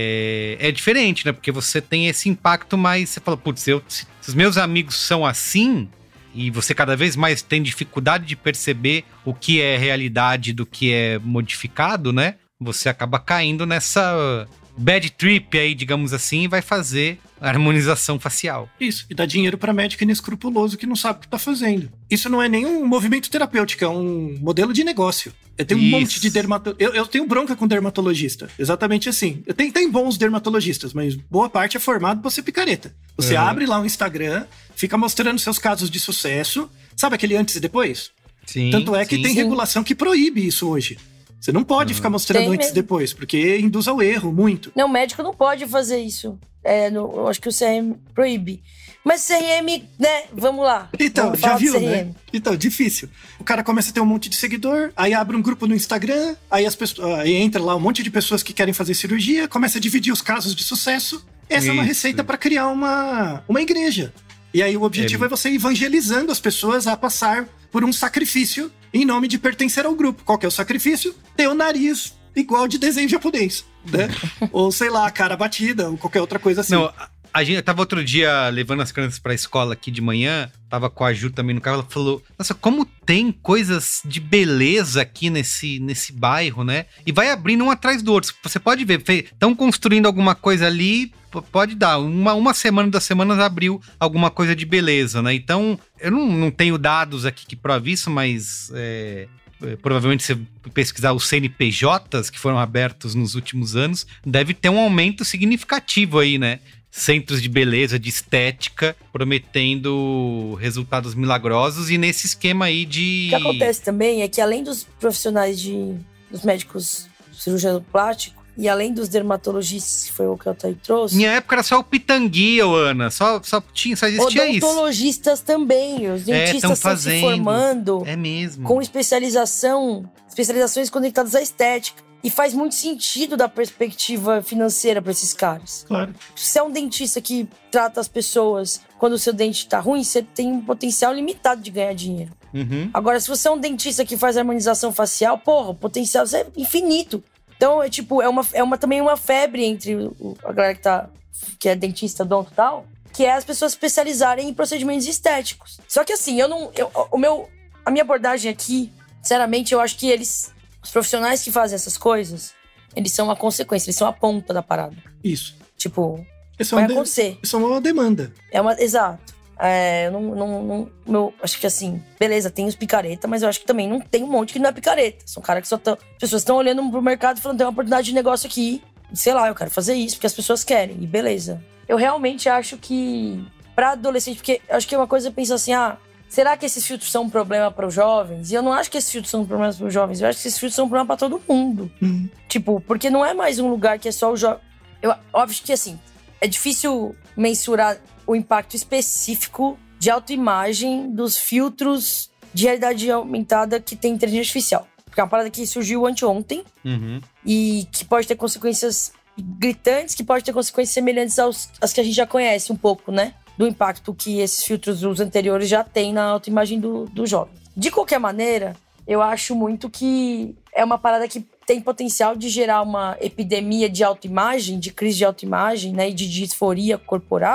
é, é diferente, né? Porque você tem esse impacto mais... Você fala, putz, eu, se os meus amigos são assim... E você cada vez mais tem dificuldade de perceber o que é realidade do que é modificado, né? Você acaba caindo nessa bad trip aí, digamos assim, e vai fazer a harmonização facial. Isso, e dá dinheiro para médico inescrupuloso que não sabe o que tá fazendo. Isso não é nenhum movimento terapêutico, é um modelo de negócio. Eu tenho Isso. um monte de dermatologista. Eu, eu tenho bronca com dermatologista. Exatamente assim. Eu tenho, tem bons dermatologistas, mas boa parte é formado pra ser picareta. Você uhum. abre lá um Instagram, fica mostrando seus casos de sucesso. Sabe aquele antes e depois? Sim. Tanto é que sim, tem sim. regulação que proíbe isso hoje. Você não pode uhum. ficar mostrando tem antes e depois, porque induz ao erro muito. Não, o médico não pode fazer isso. É, no, eu acho que o C R M proíbe. Mas C R M, né? Vamos lá. Então, Vamos já viu, né? Então, difícil. O cara começa a ter um monte de seguidor, aí abre um grupo no Instagram, aí, as pessoas, aí entra lá um monte de pessoas que querem fazer cirurgia, começa a dividir os casos de sucesso. Essa Isso. é uma receita para criar uma, uma igreja. E aí o objetivo é... é você evangelizando as pessoas a passar por um sacrifício em nome de pertencer ao grupo. Qual que é o sacrifício? Ter o nariz igual de desenho japonês, né? Ou sei lá, cara batida, ou qualquer outra coisa assim. Não, a gente tava outro dia levando as crianças pra escola aqui de manhã, tava com a Ju também no carro, ela falou, nossa, como tem coisas de beleza aqui nesse, nesse bairro, né? E vai abrindo um atrás do outro. Você pode ver, estão construindo alguma coisa ali, pode dar, uma, uma semana, duas semanas abriu alguma coisa de beleza, né? Então, eu não, não tenho dados aqui que provam isso, mas... É... provavelmente se pesquisar os C N P Js que foram abertos nos últimos anos, deve ter um aumento significativo aí, né? Centros de beleza, de estética, prometendo resultados milagrosos e nesse esquema aí de... O que acontece também é que além dos profissionais de... dos médicos cirurgião plástico, e além dos dermatologistas, que foi o que o Altair trouxe... Minha época era só o Pitangui, Ana. Só, só, tinha, só existia isso. Odontologistas também. Os dentistas é, estão se formando... É mesmo. Com especialização... Especializações conectadas à estética. E faz muito sentido da perspectiva financeira para esses caras. Claro. Se você é um dentista que trata as pessoas quando o seu dente tá ruim, você tem um potencial limitado de ganhar dinheiro. Uhum. Agora, se você é um dentista que faz harmonização facial, porra, o potencial é infinito. Então, é tipo, é, uma, é uma, também uma febre entre o, a galera que, tá, que é dentista, odonto e tal, que é as pessoas especializarem em procedimentos estéticos. Só que assim, eu não... Eu, o meu, a minha abordagem aqui, sinceramente, eu acho que eles... Os profissionais que fazem essas coisas, eles são a consequência, eles são a ponta da parada. Isso. Tipo, isso vai é acontecer. Isso é uma demanda. É uma... Exato. É, eu não, não, não, meu, acho que assim, beleza, tem os picareta, mas eu acho que também não tem um monte que não é picareta. São caras que só estão... As pessoas estão olhando pro mercado e falando, tem uma oportunidade de negócio aqui. E, sei lá, eu quero fazer isso, porque as pessoas querem. E beleza. Eu realmente acho que, pra adolescente, porque eu acho que é uma coisa, eu penso assim, ah, será que esses filtros são um problema para os jovens? E eu não acho que esses filtros são um problema para os jovens. Eu acho que esses filtros são um problema para todo mundo. Uhum. Tipo, porque não é mais um lugar que é só o jovem. Óbvio que, assim, é difícil mensurar o impacto específico de autoimagem dos filtros de realidade aumentada que tem inteligência artificial. Porque é uma parada que surgiu anteontem uhum. e que pode ter consequências gritantes, que pode ter consequências semelhantes aos, às que a gente já conhece um pouco, né? Do impacto que esses filtros os anteriores já têm na autoimagem do, do jovem. De qualquer maneira, eu acho muito que é uma parada que tem potencial de gerar uma epidemia de autoimagem, de crise de autoimagem, né, e de disforia corporal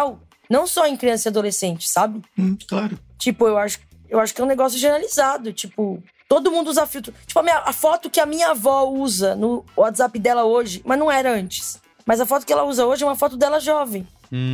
Não só em criança e adolescente, sabe? Hum, claro. Tipo, eu acho, eu acho que é um negócio generalizado. Tipo, todo mundo usa filtro. Tipo, a, minha, a foto que a minha avó usa no WhatsApp dela hoje, mas não era antes. Mas a foto que ela usa hoje é uma foto dela jovem.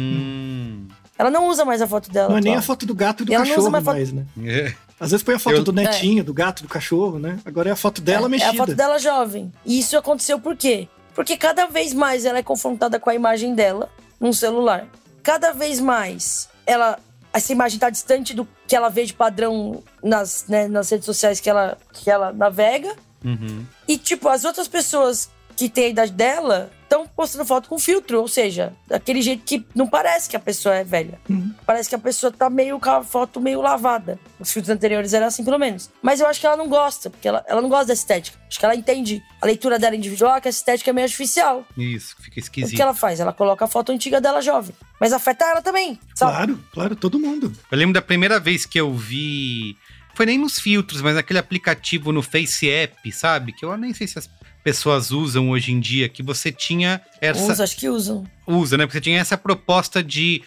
Hum. Ela não usa mais a foto dela. Não é atual. nem a foto do gato e do Ela não cachorro usa mais mais, foto... né? É. Às vezes põe a foto Eu... do netinho, é. do gato, do cachorro, né? Agora é a foto dela é, mexida. É a foto dela jovem. E isso aconteceu por quê? Porque cada vez mais ela é confrontada com a imagem dela num celular. Cada vez mais ela... Essa imagem tá distante do que ela vê de padrão nas, né, nas redes sociais que ela, que ela navega. Uhum. E, tipo, as outras pessoas que têm a idade dela estão postando foto com filtro. Ou seja, daquele jeito que não parece que a pessoa é velha. Uhum. Parece que a pessoa tá meio com a foto meio lavada. Os filtros anteriores eram assim, pelo menos. Mas eu acho que ela não gosta, porque ela, ela não gosta dessa estética. Acho que ela entende a leitura dela individual, que essa estética é meio artificial. Isso, fica esquisito. O que ela faz? Ela coloca a foto antiga dela jovem. Mas afeta ela também, sabe? Claro, claro, todo mundo. Eu lembro da primeira vez que eu vi... Foi nem nos filtros, mas naquele aplicativo no Face App, sabe? Que eu nem sei se as pessoas usam hoje em dia, que você tinha... Essa... Usa, acho que usam. Usa, né? Porque você tinha essa proposta de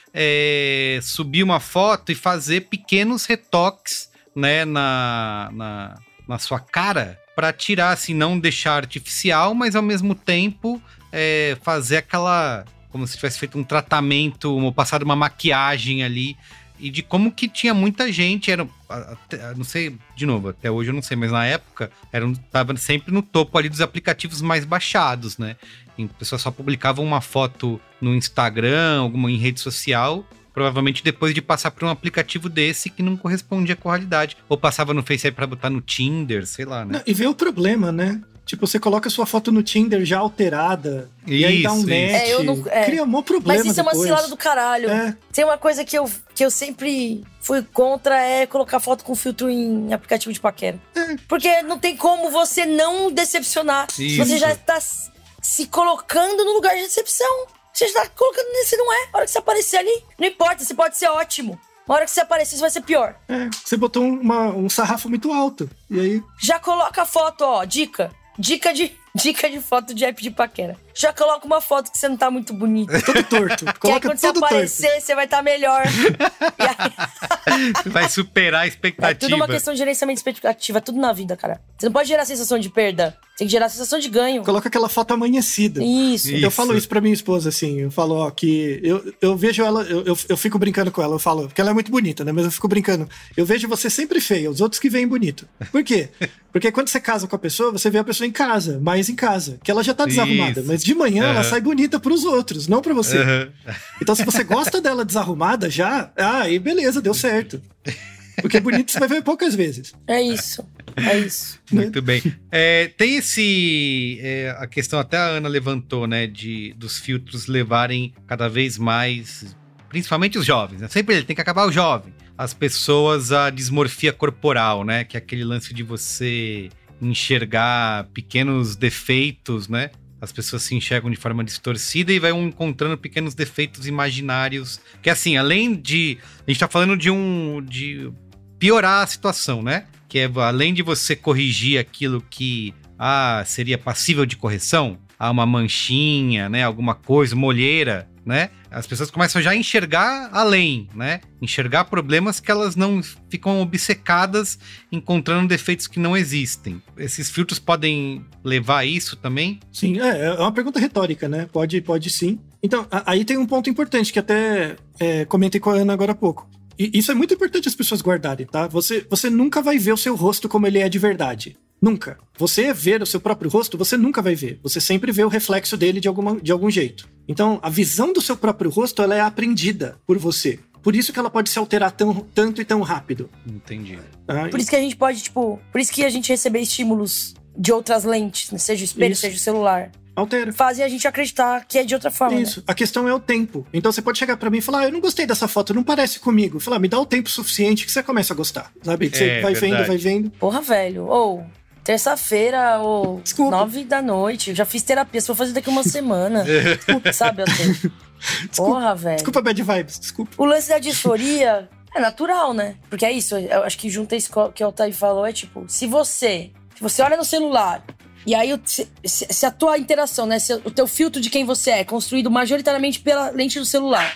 é, subir uma foto e fazer pequenos retoques, né? Na, na, na sua cara, para tirar, assim, não deixar artificial, mas ao mesmo tempo é, fazer aquela... Como se tivesse feito um tratamento, ou passado uma maquiagem ali. E de como que tinha muita gente, era, até, não sei, de novo, até hoje eu não sei, mas na época era, tava sempre no topo ali dos aplicativos mais baixados, né? E pessoas só publicavam uma foto no Instagram, alguma em rede social, provavelmente depois de passar por um aplicativo desse que não correspondia à qualidade. Ou passava no Facebook para botar no Tinder, sei lá, né? Não, e vê o problema, né? Tipo, você coloca a sua foto no Tinder já alterada, isso, e aí dá um match, é, eu não, é. cria um maior problema. Mas isso depois. é uma cilada do caralho. É. Tem uma coisa que eu, que eu sempre fui contra, é colocar foto com filtro em aplicativo de paquera. É. Porque não tem como você não decepcionar. Isso. Você já tá se colocando no lugar de decepção. Você já tá colocando nesse não é. A hora que você aparecer ali, não importa, você pode ser ótimo. Na hora que você aparecer, você vai ser pior. É, você botou uma, um sarrafo muito alto. E aí... Já coloca a foto, ó, dica. Dica de, dica de foto de app de paquera. Já coloca uma foto que você não tá muito bonito. Todo torto. Que aí quando você aparecer, torto. Você vai estar tá melhor. E aí... Você vai superar a expectativa. É tudo uma questão de gerenciamento de expectativa. Tudo na vida, cara. Você não pode gerar a sensação de perda. Tem que gerar a sensação de ganho. Coloca aquela foto amanhecida. Isso. Eu isso. falo isso pra minha esposa, assim. Eu falo, ó, que... Eu, eu vejo ela... Eu, eu, eu fico brincando com ela. Eu falo... Porque ela é muito bonita, né? Mas eu fico brincando. Eu vejo você sempre feia. Os outros que veem bonito. Por quê? Porque quando você casa com a pessoa, você vê a pessoa em casa. Mais em casa. Que ela já tá desarrumada. Isso. Mas de manhã uhum. ela sai bonita pros outros. Não pra você. Uhum. Então se você gosta dela desarrumada já... Ah, aí beleza, deu certo. Porque bonito você vai ver poucas vezes. É isso. É isso. Muito bem. É, tem esse... É, a questão até a Ana levantou, né? De, dos filtros levarem cada vez mais... Principalmente os jovens, né? Sempre ele tem que acabar o jovem. As pessoas a dismorfia corporal, né? Que é aquele lance de você enxergar pequenos defeitos, né? As pessoas se enxergam de forma distorcida e vão encontrando pequenos defeitos imaginários. Que assim, além de... A gente tá falando de um... de piorar a situação, né? Que é além de você corrigir aquilo que ah, seria passível de correção, há uma manchinha, né? Alguma coisa, uma olheira, né? As pessoas começam já a enxergar além, né? Enxergar problemas que elas não ficam obcecadas encontrando defeitos que não existem. Esses filtros podem levar a isso também? Sim, é, é uma pergunta retórica, né? Pode, pode sim. Então, a, aí tem um ponto importante que até é, comentei com a Ana agora há pouco. E isso é muito importante as pessoas guardarem, tá? Você, você nunca vai ver o seu rosto como ele é de verdade. Nunca. Você ver o seu próprio rosto, você nunca vai ver. Você sempre vê o reflexo dele de, alguma, de algum jeito. Então, a visão do seu próprio rosto, ela é aprendida por você. Por isso que ela pode se alterar tão, tanto e tão rápido. Entendi. Ah, por isso que a gente pode, tipo... Por isso que a gente receber estímulos de outras lentes, né? Seja o espelho, isso. seja o celular. Altera. Fazem a gente acreditar que é de outra forma. Isso. Né? A questão é o tempo. Então você pode chegar pra mim e falar, ah, eu não gostei dessa foto, não parece comigo. Falar, me dá o tempo suficiente que você começa a gostar. Sabe? Que é, você vai verdade. vendo, vai vendo. Porra, velho. Ou... terça-feira ou Desculpa. nove da noite. Eu já fiz terapia, só vou fazer daqui uma semana. Desculpa, sabe, Otávio? Porra, velho. Desculpa, bad vibes, desculpa. O lance da disforia é natural, né? Porque é isso, eu acho que junta isso que o Otávio falou, é tipo, se você, se você olha no celular e aí se, se a tua interação, né, se o teu filtro de quem você é, é construído majoritariamente pela lente do celular,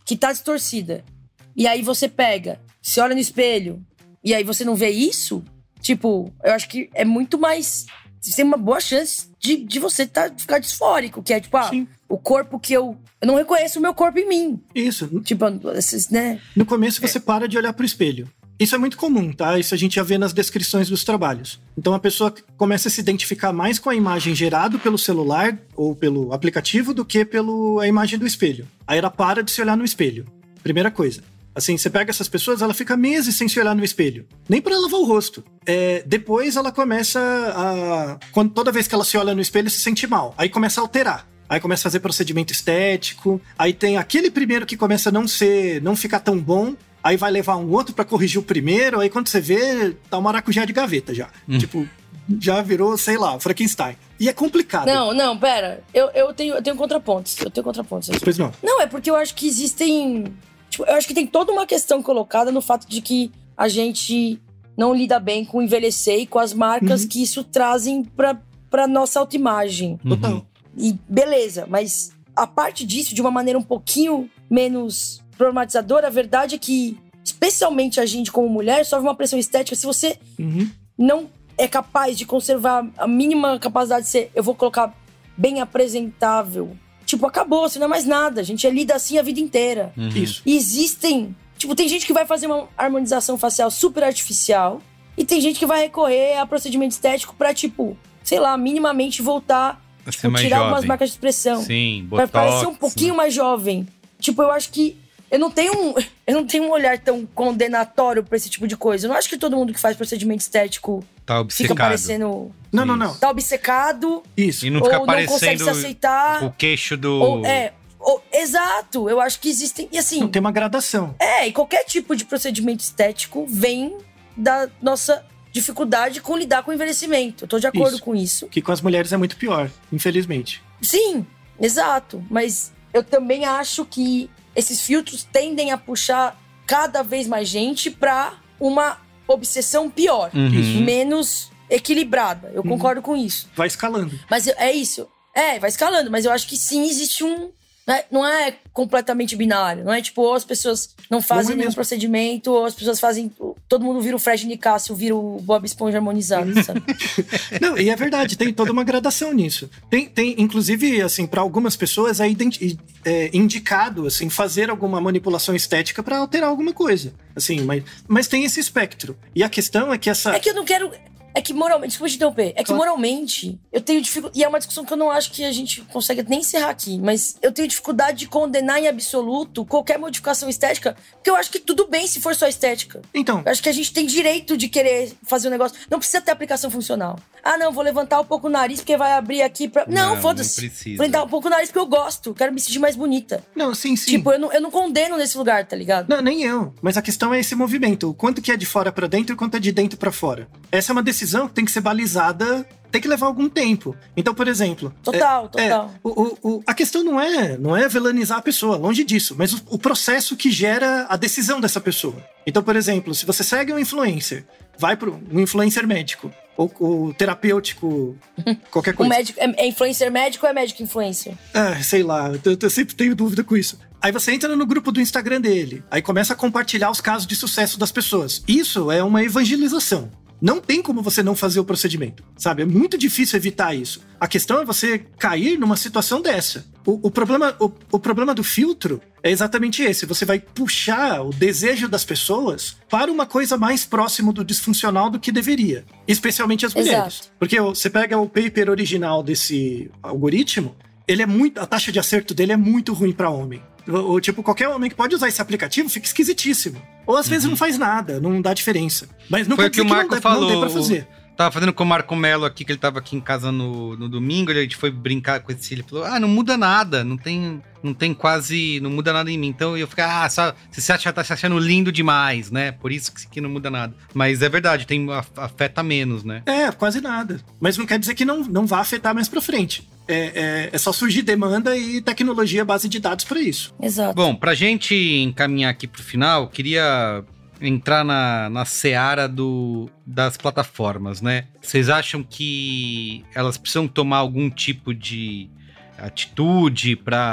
que tá distorcida. E aí você pega, se olha no espelho, e aí você não vê isso, tipo, eu acho que é muito mais... Você tem uma boa chance de, de você tá, ficar disfórico, que é tipo, ah, Sim. o corpo que eu... Eu não reconheço o meu corpo em mim. Isso. Tipo, esses, né? No começo você é. para de olhar pro espelho. Isso é muito comum, tá? Isso a gente já vê nas descrições dos trabalhos. Então a pessoa começa a se identificar mais com a imagem gerada pelo celular ou pelo aplicativo do que pela imagem do espelho. Aí ela para de se olhar no espelho. Primeira coisa. Assim, você pega essas pessoas, ela fica meses sem se olhar no espelho. Nem pra lavar o rosto. É, depois ela começa a... Quando, toda vez que ela se olha no espelho, se sente mal. Aí começa a alterar. Aí começa a fazer procedimento estético. Aí tem aquele primeiro que começa a não ser... Não ficar tão bom. Aí vai levar um outro pra corrigir o primeiro. Aí quando você vê, tá um maracujá de gaveta já. Hum. Tipo, já virou, sei lá, Frankenstein. E é complicado. Não, não, pera. Eu, eu, tenho, eu tenho contrapontos. Eu tenho contrapontos. Pois não. Não, é porque eu acho que existem... Tipo, eu acho que tem toda uma questão colocada no fato de que a gente não lida bem com envelhecer e com as marcas uhum. que isso trazem pra, pra nossa autoimagem. Total. Uhum. E beleza, mas a parte disso, de uma maneira um pouquinho menos problematizadora, a verdade é que, especialmente a gente como mulher, sofre uma pressão estética. Se você uhum. não é capaz de conservar a mínima capacidade de ser, eu vou colocar, bem apresentável... Tipo, acabou, você não é mais nada. A gente lida assim a vida inteira. Uhum. Isso. E existem... Tipo, tem gente que vai fazer uma harmonização facial super artificial. E tem gente que vai recorrer a procedimento estético pra, tipo... Sei lá, minimamente voltar... Tipo, tirar jovem. algumas marcas de expressão. Sim, botox. Pra parecer um pouquinho né? mais jovem. Tipo, eu acho que... Eu não tenho um, eu não tenho um olhar tão condenatório pra esse tipo de coisa. Eu não acho que todo mundo que faz procedimento estético... Tá obcecado. Fica parecendo... Não, não, não. Tá obcecado. Isso. E não fica ou parecendo não consegue se aceitar. O queixo do... Ou, é, ou, exato. Eu acho que existem... E assim... Não tem uma gradação. É, e qualquer tipo de procedimento estético vem da nossa dificuldade com lidar com o envelhecimento. Eu tô de acordo isso. com isso. Que com as mulheres é muito pior, infelizmente. Sim, exato. Mas eu também acho que esses filtros tendem a puxar cada vez mais gente pra uma obsessão pior. Uhum. Menos equilibrada. Eu uhum. concordo com isso. Vai escalando. Mas é isso. É, vai escalando. Mas eu acho que sim, existe um... Né? Não é completamente binário. Não é tipo, ou as pessoas não fazem nenhum procedimento, ou as pessoas fazem... Todo mundo vira o Fred Nicásio, vira o Bob Esponja harmonizado, sabe? Não, e é verdade, tem toda uma gradação nisso. Tem, tem inclusive, assim, para algumas pessoas é, identi- é indicado, assim, fazer alguma manipulação estética para alterar alguma coisa. Assim, mas, mas tem esse espectro. E a questão é que essa... É que eu não quero... É que moralmente, desculpa te interromper, é que moralmente eu tenho dificuldade, e é uma discussão que eu não acho que a gente consegue nem encerrar aqui, mas eu tenho dificuldade de condenar em absoluto qualquer modificação estética, porque eu acho que tudo bem se for só estética. Então. Eu acho que a gente tem direito de querer fazer um negócio, não precisa ter aplicação funcional. Ah, não, vou levantar um pouco o nariz porque vai abrir aqui pra... Não, não foda-se. Não vou levantar um pouco o nariz porque eu gosto, quero me sentir mais bonita. Não, sim, sim. Tipo, eu não, eu não condeno nesse lugar, tá ligado? Não, nem eu. Mas a questão é esse movimento, o quanto que é de fora pra dentro e o quanto é de dentro pra fora. Essa é uma decisão que tem que ser balizada, tem que levar algum tempo. Então, por exemplo... Total, é, total. É, o, o, a questão não é, não é vilanizar a pessoa, longe disso, mas o, o processo que gera a decisão dessa pessoa. Então, por exemplo, se você segue um influencer, vai pro um influencer médico, ou, ou terapêutico, qualquer coisa. O médico, é, é influencer médico ou é médico influencer? Ah, sei lá, eu, eu sempre tenho dúvida com isso. Aí você entra no grupo do Instagram dele, aí começa a compartilhar os casos de sucesso das pessoas. Isso é uma evangelização. Não tem como você não fazer o procedimento, sabe? É muito difícil evitar isso. A questão é você cair numa situação dessa. O, o, problema, o, o problema do filtro é exatamente esse. Você vai puxar o desejo das pessoas para uma coisa mais próximo do disfuncional do que deveria. Especialmente as mulheres. Exato. Porque você pega o paper original desse algoritmo, ele é muito, a taxa de acerto dele é muito ruim para homem. Ou, tipo, qualquer homem que pode usar esse aplicativo fica esquisitíssimo. Ou às uhum. vezes não faz nada, não dá diferença. Mas não Foi quer o que o dizer Marco que não, falou. Dê, não dê pra fazer. Tava fazendo com o Marco Melo aqui, que ele tava aqui em casa no, no domingo, ele foi brincar com esse, ele falou, ah, não muda nada, não tem, não tem quase, não muda nada em mim. Então eu fiquei, ah, só, você se acha, tá se achando lindo demais, né? Por isso que, que não muda nada. Mas é verdade, tem, afeta menos, né? É, quase nada. Mas não quer dizer que não, não vá afetar mais pra frente. É, é, é só surgir demanda e tecnologia base de dados para isso. Exato. Bom, pra gente encaminhar aqui pro final, queria entrar na, na seara do, das plataformas, né? Vocês acham que elas precisam tomar algum tipo de atitude para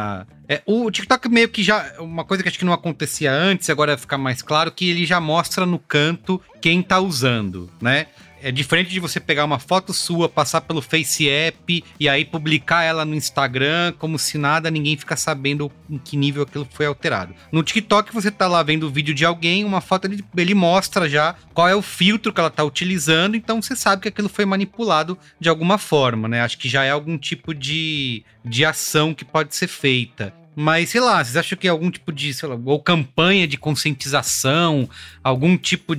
É, o TikTok meio que já... Uma coisa que acho que não acontecia antes, agora vai ficar mais claro, que ele já mostra no canto quem tá usando, né? É diferente de você pegar uma foto sua, passar pelo Face App e aí publicar ela no Instagram como se nada, ninguém fica sabendo em que nível aquilo foi alterado. No TikTok você tá lá vendo o vídeo de alguém, uma foto, ele, ele mostra já qual é o filtro que ela tá utilizando, então você sabe que aquilo foi manipulado de alguma forma, né? Acho que já é algum tipo de, de ação que pode ser feita. Mas, sei lá, vocês acham que algum tipo de, sei lá, ou campanha de conscientização, algum tipo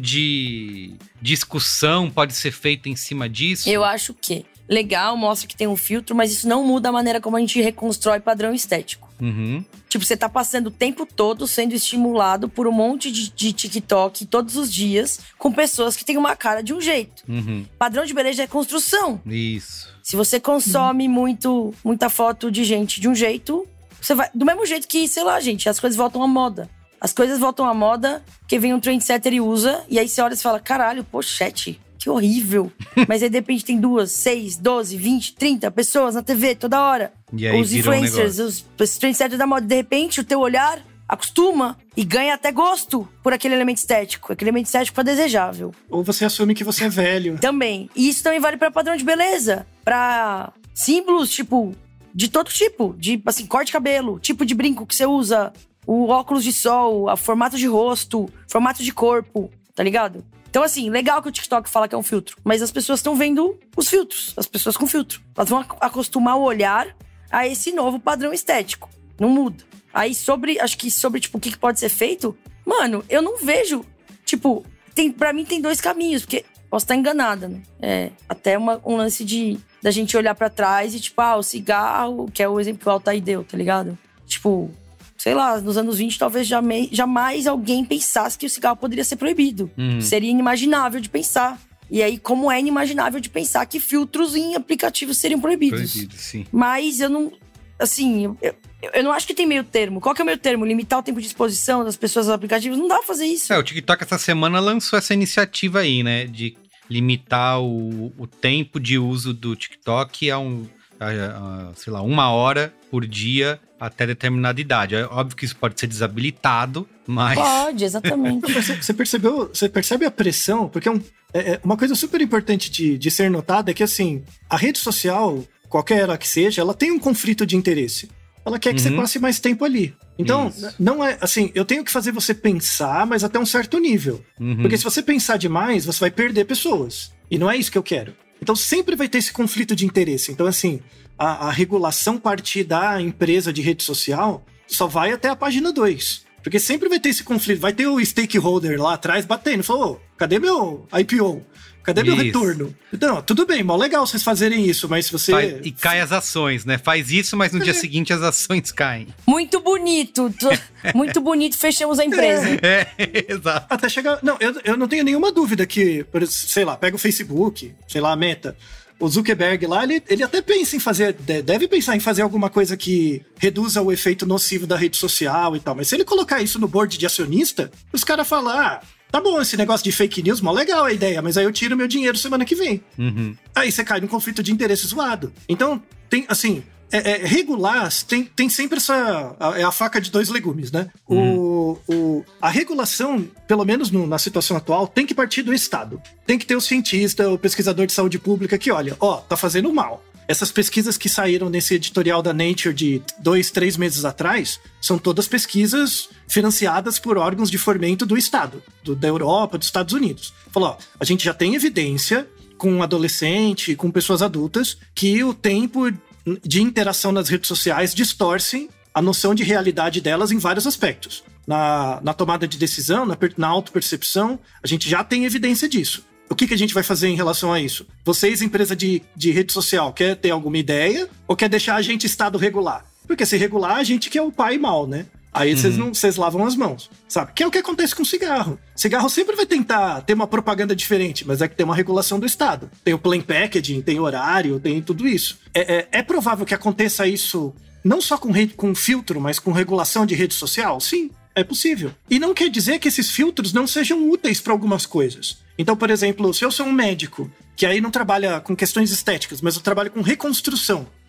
de discussão pode ser feita em cima disso? Eu acho que legal, mostra que tem um filtro, mas isso não muda a maneira como a gente reconstrói padrão estético. Uhum. Tipo, você tá passando o tempo todo sendo estimulado por um monte de, de TikTok todos os dias, com pessoas que têm uma cara de um jeito. Uhum. Padrão de beleza é construção. Isso. Se você consome uhum. muito, muita foto de gente de um jeito... Você vai, do mesmo jeito que, sei lá, gente, as coisas voltam à moda. As coisas voltam à moda, porque vem um trendsetter e usa, e aí você olha e fala, caralho, pochete, que horrível. Mas aí de repente tem duas, seis, doze, vinte, trinta pessoas na T V toda hora. E aí os influencers, um os, os trendsetters da moda. De repente, o teu olhar acostuma e ganha até gosto por aquele elemento estético. Aquele elemento estético é desejável. Ou você assume que você é velho. Também. E isso também vale pra padrão de beleza. Pra símbolos, tipo... De todo tipo, de assim, corte de cabelo, tipo de brinco que você usa, o óculos de sol, o formato de rosto, formato de corpo, tá ligado? Então assim, legal que o TikTok fala que é um filtro, mas as pessoas estão vendo os filtros, as pessoas com filtro. Elas vão acostumar o olhar a esse novo padrão estético, não muda. Aí sobre, acho que sobre tipo, o que pode ser feito, mano, eu não vejo, tipo, tem, pra mim tem dois caminhos, porque posso estar enganada, né? É, até uma, um lance de... Da gente olhar pra trás e, tipo, ah, o cigarro, que é o exemplo que o Altair deu, tá ligado? Tipo, sei lá, nos anos vinte, talvez jamais, jamais alguém pensasse que o cigarro poderia ser proibido. Uhum. Seria inimaginável de pensar. E aí, como é inimaginável de pensar que filtros em aplicativos seriam proibidos. Proibido, sim. Mas eu não... Assim, eu, eu não acho que tem meio termo. Qual que é o meio termo? Limitar o tempo de exposição das pessoas aos aplicativos? Não dá pra fazer isso. É, o TikTok essa semana lançou essa iniciativa aí, né? De... limitar o, o tempo de uso do TikTok a, um, a, a, sei lá, uma hora por dia até determinada idade. É óbvio que isso pode ser desabilitado, mas... Pode, exatamente. Você, você percebeu, você percebe a pressão? Porque é um, é, uma coisa super importante de, de ser notada é que, assim, a rede social, qualquer ela que seja, ela tem um conflito de interesse. Ela quer que uhum. você passe mais tempo ali. Então, Isso. não é assim, eu tenho que fazer você pensar, mas até um certo nível. Uhum. Porque se você pensar demais, você vai perder pessoas. E não é isso que eu quero. Então, sempre vai ter esse conflito de interesse. Então, assim, a, a regulação partir da empresa de rede social só vai até a página dois. Porque sempre vai ter esse conflito. Vai ter o stakeholder lá atrás batendo. Falou, oh, cadê meu I P O? Cadê meu isso. retorno? Então, tudo bem, mal legal vocês fazerem isso, mas se você... Faz, e cai as ações, né? Faz isso, mas no é. dia seguinte as ações caem. Muito bonito. Muito bonito, fechamos a empresa. É, é exato. Até chegar... Não, eu, eu não tenho nenhuma dúvida que, sei lá, pega o Facebook, sei lá, a Meta. O Zuckerberg lá, ele, ele até pensa em fazer... Deve pensar em fazer alguma coisa que reduza o efeito nocivo da rede social e tal. Mas se ele colocar isso no board de acionista, os caras falam... Ah, tá bom, esse negócio de fake news, mó legal a ideia, mas aí eu tiro meu dinheiro semana que vem. Uhum. Aí você cai num conflito de interesse zoado. Então, tem, assim, é, é, regular tem, tem sempre essa... É a faca de dois legumes, né? Uhum. O, o, a regulação, pelo menos no, na situação atual, tem que partir do Estado. Tem que ter o cientista, o pesquisador de saúde pública que olha, ó, tá fazendo mal. Essas pesquisas que saíram nesse editorial da Nature de dois, três meses atrás, são todas pesquisas financiadas por órgãos de fomento do Estado, do, da Europa, dos Estados Unidos. Falou, ó, a gente já tem evidência com adolescente, com pessoas adultas, que o tempo de interação nas redes sociais distorcem a noção de realidade delas em vários aspectos. Na, na tomada de decisão, na, na autopercepção, a gente já tem evidência disso. O que, que a gente vai fazer em relação a isso? Vocês, empresa de, de rede social, quer ter alguma ideia? Ou quer deixar a gente Estado regular? Porque se regular, a gente que é o pai mal, né? Aí vocês uhum. não, lavam as mãos, sabe? Que é o que acontece com cigarro. Cigarro sempre vai tentar ter uma propaganda diferente, mas é que tem uma regulação do Estado. Tem o plain packaging, tem horário, tem tudo isso. É, é, é provável que aconteça isso não só com, rede, com filtro, mas com regulação de rede social? Sim, é possível. E não quer dizer que esses filtros não sejam úteis para algumas coisas. Então, por exemplo, se eu sou um médico, que aí não trabalha com questões estéticas, mas eu trabalho com reconstrução.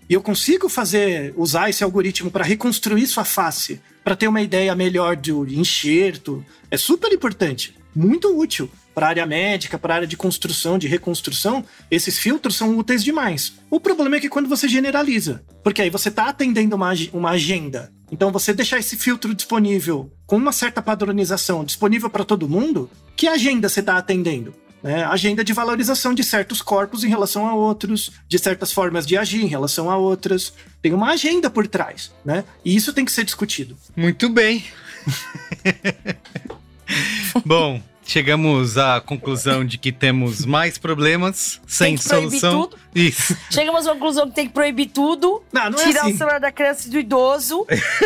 e eu consigo fazer, usar esse algoritmo para reconstruir sua face, para ter uma ideia melhor do enxerto, é super importante, muito útil. Para a área médica, para a área de construção, de reconstrução, esses filtros são úteis demais. O problema é que quando você generaliza, porque aí você está atendendo uma, uma agenda. Então você deixar esse filtro disponível com uma certa padronização, disponível para todo mundo, que agenda você está atendendo? Né? Agenda de valorização de certos corpos em relação a outros, de certas formas de agir em relação a outras. Tem uma agenda por trás, né? E isso tem que ser discutido. Muito bem. Bom, chegamos à conclusão de que temos mais problemas sem tem que proibir solução. Tudo. Isso. Chegamos à conclusão que tem que proibir tudo. Não, não é tirar assim. o celular da criança e do idoso.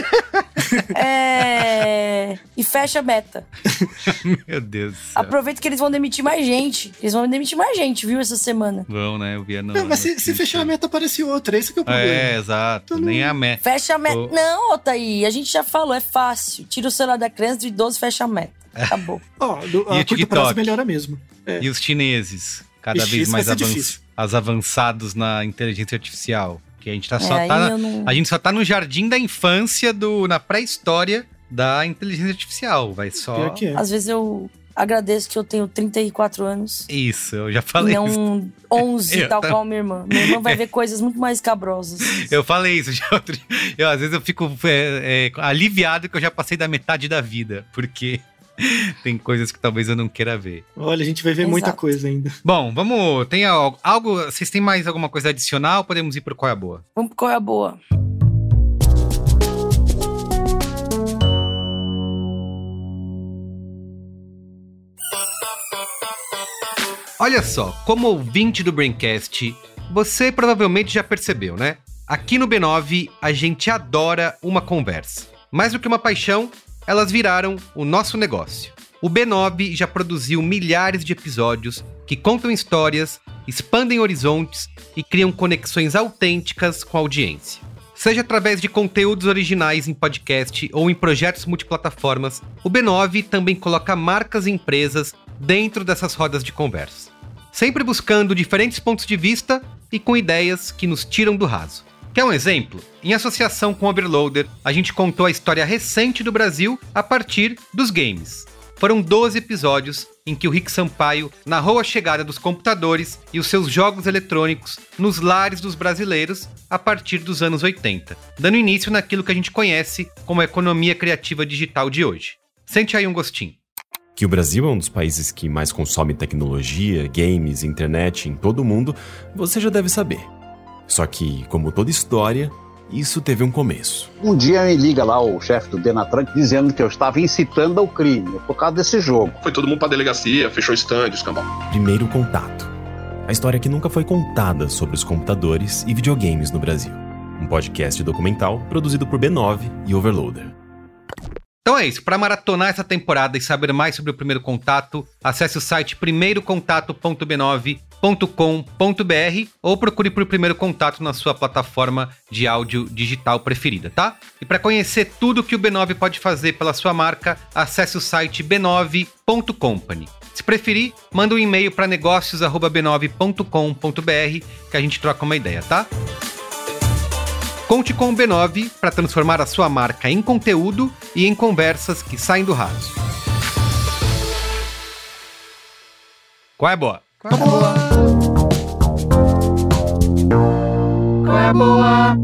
é... E fecha a meta. Meu Deus do céu. Aproveita que eles vão demitir mais gente. Eles vão demitir mais gente, viu, essa semana. Vão, né? Eu vi a no, Não, mas se, se fechar a meta, aparece outra. Esse que é o problema. É, exato. Então, Nem a meta. Fecha a meta. Oh. Não, Otaí, a gente já falou, é fácil. Tira o celular da criança, do idoso, fecha a meta. Acabou. Ó, do, E a o curto TikTok? prazo melhora mesmo. É. E os chineses, cada Ixi, vez isso mais vai ser avanç... difícil. as avançados na inteligência artificial. Que a gente tá só É, tá, aí eu não- a gente só tá no jardim da infância do na pré-história da inteligência artificial, vai só. Pior que é. Às vezes eu agradeço que eu tenho trinta e quatro anos. Isso, eu já E falei isso. não onze, Eu tal tam- qual minha irmã. Minha irmã vai ver coisas muito mais cabrosas. Eu falei isso já outro dia. Eu, às vezes eu fico é, é, aliviado que eu já passei da metade da vida, porque tem coisas que talvez eu não queira ver. Olha, a gente vai ver Exato. muita coisa ainda. Bom, vamos. Tem algo, algo. Vocês têm mais alguma coisa adicional? Podemos ir pro Qual é a Boa? Vamos pro qual é a boa. Olha só, como ouvinte do Braincast, você provavelmente já percebeu, né? Aqui no B nove, a gente adora uma conversa. Mais do que uma paixão, elas viraram o nosso negócio. O B nove já produziu milhares de episódios que contam histórias, expandem horizontes e criam conexões autênticas com a audiência. Seja através de conteúdos originais em podcast ou em projetos multiplataformas, o B nove também coloca marcas e empresas dentro dessas rodas de conversa. Sempre buscando diferentes pontos de vista e com ideias que nos tiram do raso. Quer um exemplo? Em associação com o Overloader, a gente contou a história recente do Brasil a partir dos games. Foram doze episódios em que o Rick Sampaio narrou a chegada dos computadores e os seus jogos eletrônicos nos lares dos brasileiros a partir dos anos oitenta, dando início naquilo que a gente conhece como a economia criativa digital de hoje. Sente aí um gostinho. Que o Brasil é um dos países que mais consome tecnologia, games, internet em todo o mundo, você já deve saber. Só que, como toda história, isso teve um começo. Um dia me liga lá o chefe do Denatran dizendo que eu estava incitando ao crime por causa desse jogo. Foi todo mundo pra delegacia, fechou stand, escambau. Primeiro Contato. A história que nunca foi contada sobre os computadores e videogames no Brasil. Um podcast documental produzido por B nove e Overloader. Então é isso, para maratonar essa temporada e saber mais sobre o Primeiro Contato, acesse o site primeiro contato ponto b nove ponto com ponto b r ou procure por Primeiro Contato na sua plataforma de áudio digital preferida, tá? E para conhecer tudo que o B nove pode fazer pela sua marca, acesse o site b nove ponto company. Se preferir, manda um e-mail para negócios arroba b nove ponto com ponto b r que a gente troca uma ideia, tá? Conte com o B nove para transformar a sua marca em conteúdo e em conversas que saem do raso. Qual é a boa? Qual é a boa? Qual é a boa?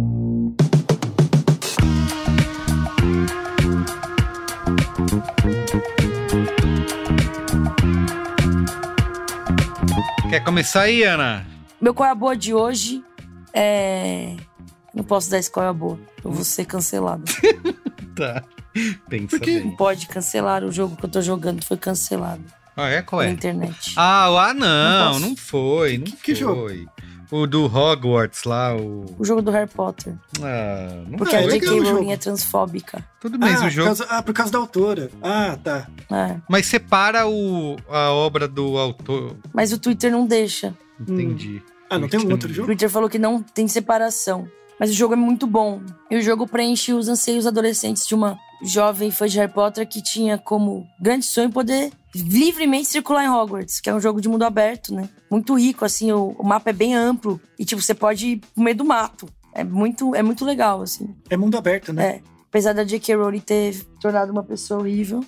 Quer começar aí, Ana? Meu qual é a boa de hoje é... Não posso dar esse qual é a boa. Eu vou ser cancelado. Tá. Pensa Por quê? bem. Não pode cancelar o jogo que eu tô jogando. Foi cancelado Ah, é? Qual na é? internet. Ah, o- ah não, Não não, posso. foi, não Que- que foi. O do Hogwarts lá, o... O jogo do Harry Potter. Ah, não Porque Ah, a é J legal K o Rowling jogo. é transfóbica. Tudo bem, Ah, o por jogo... causa, ah, por causa da autora. Ah, tá. É. Mas separa o, a obra do autor. Mas o Twitter não deixa. Entendi. Ah, não tem um outro O jogo? Twitter falou que não tem separação. Mas o jogo é muito bom. E o jogo preenche os anseios adolescentes de uma jovem fã de Harry Potter que tinha como grande sonho poder livremente circular em Hogwarts, que é um jogo de mundo aberto, né? Muito rico, assim, o, o mapa é bem amplo. E, tipo, você pode ir pro meio do mato. É muito, é muito legal, assim. É mundo aberto, né? É. Apesar da J K. Rowling ter tornado uma pessoa horrível,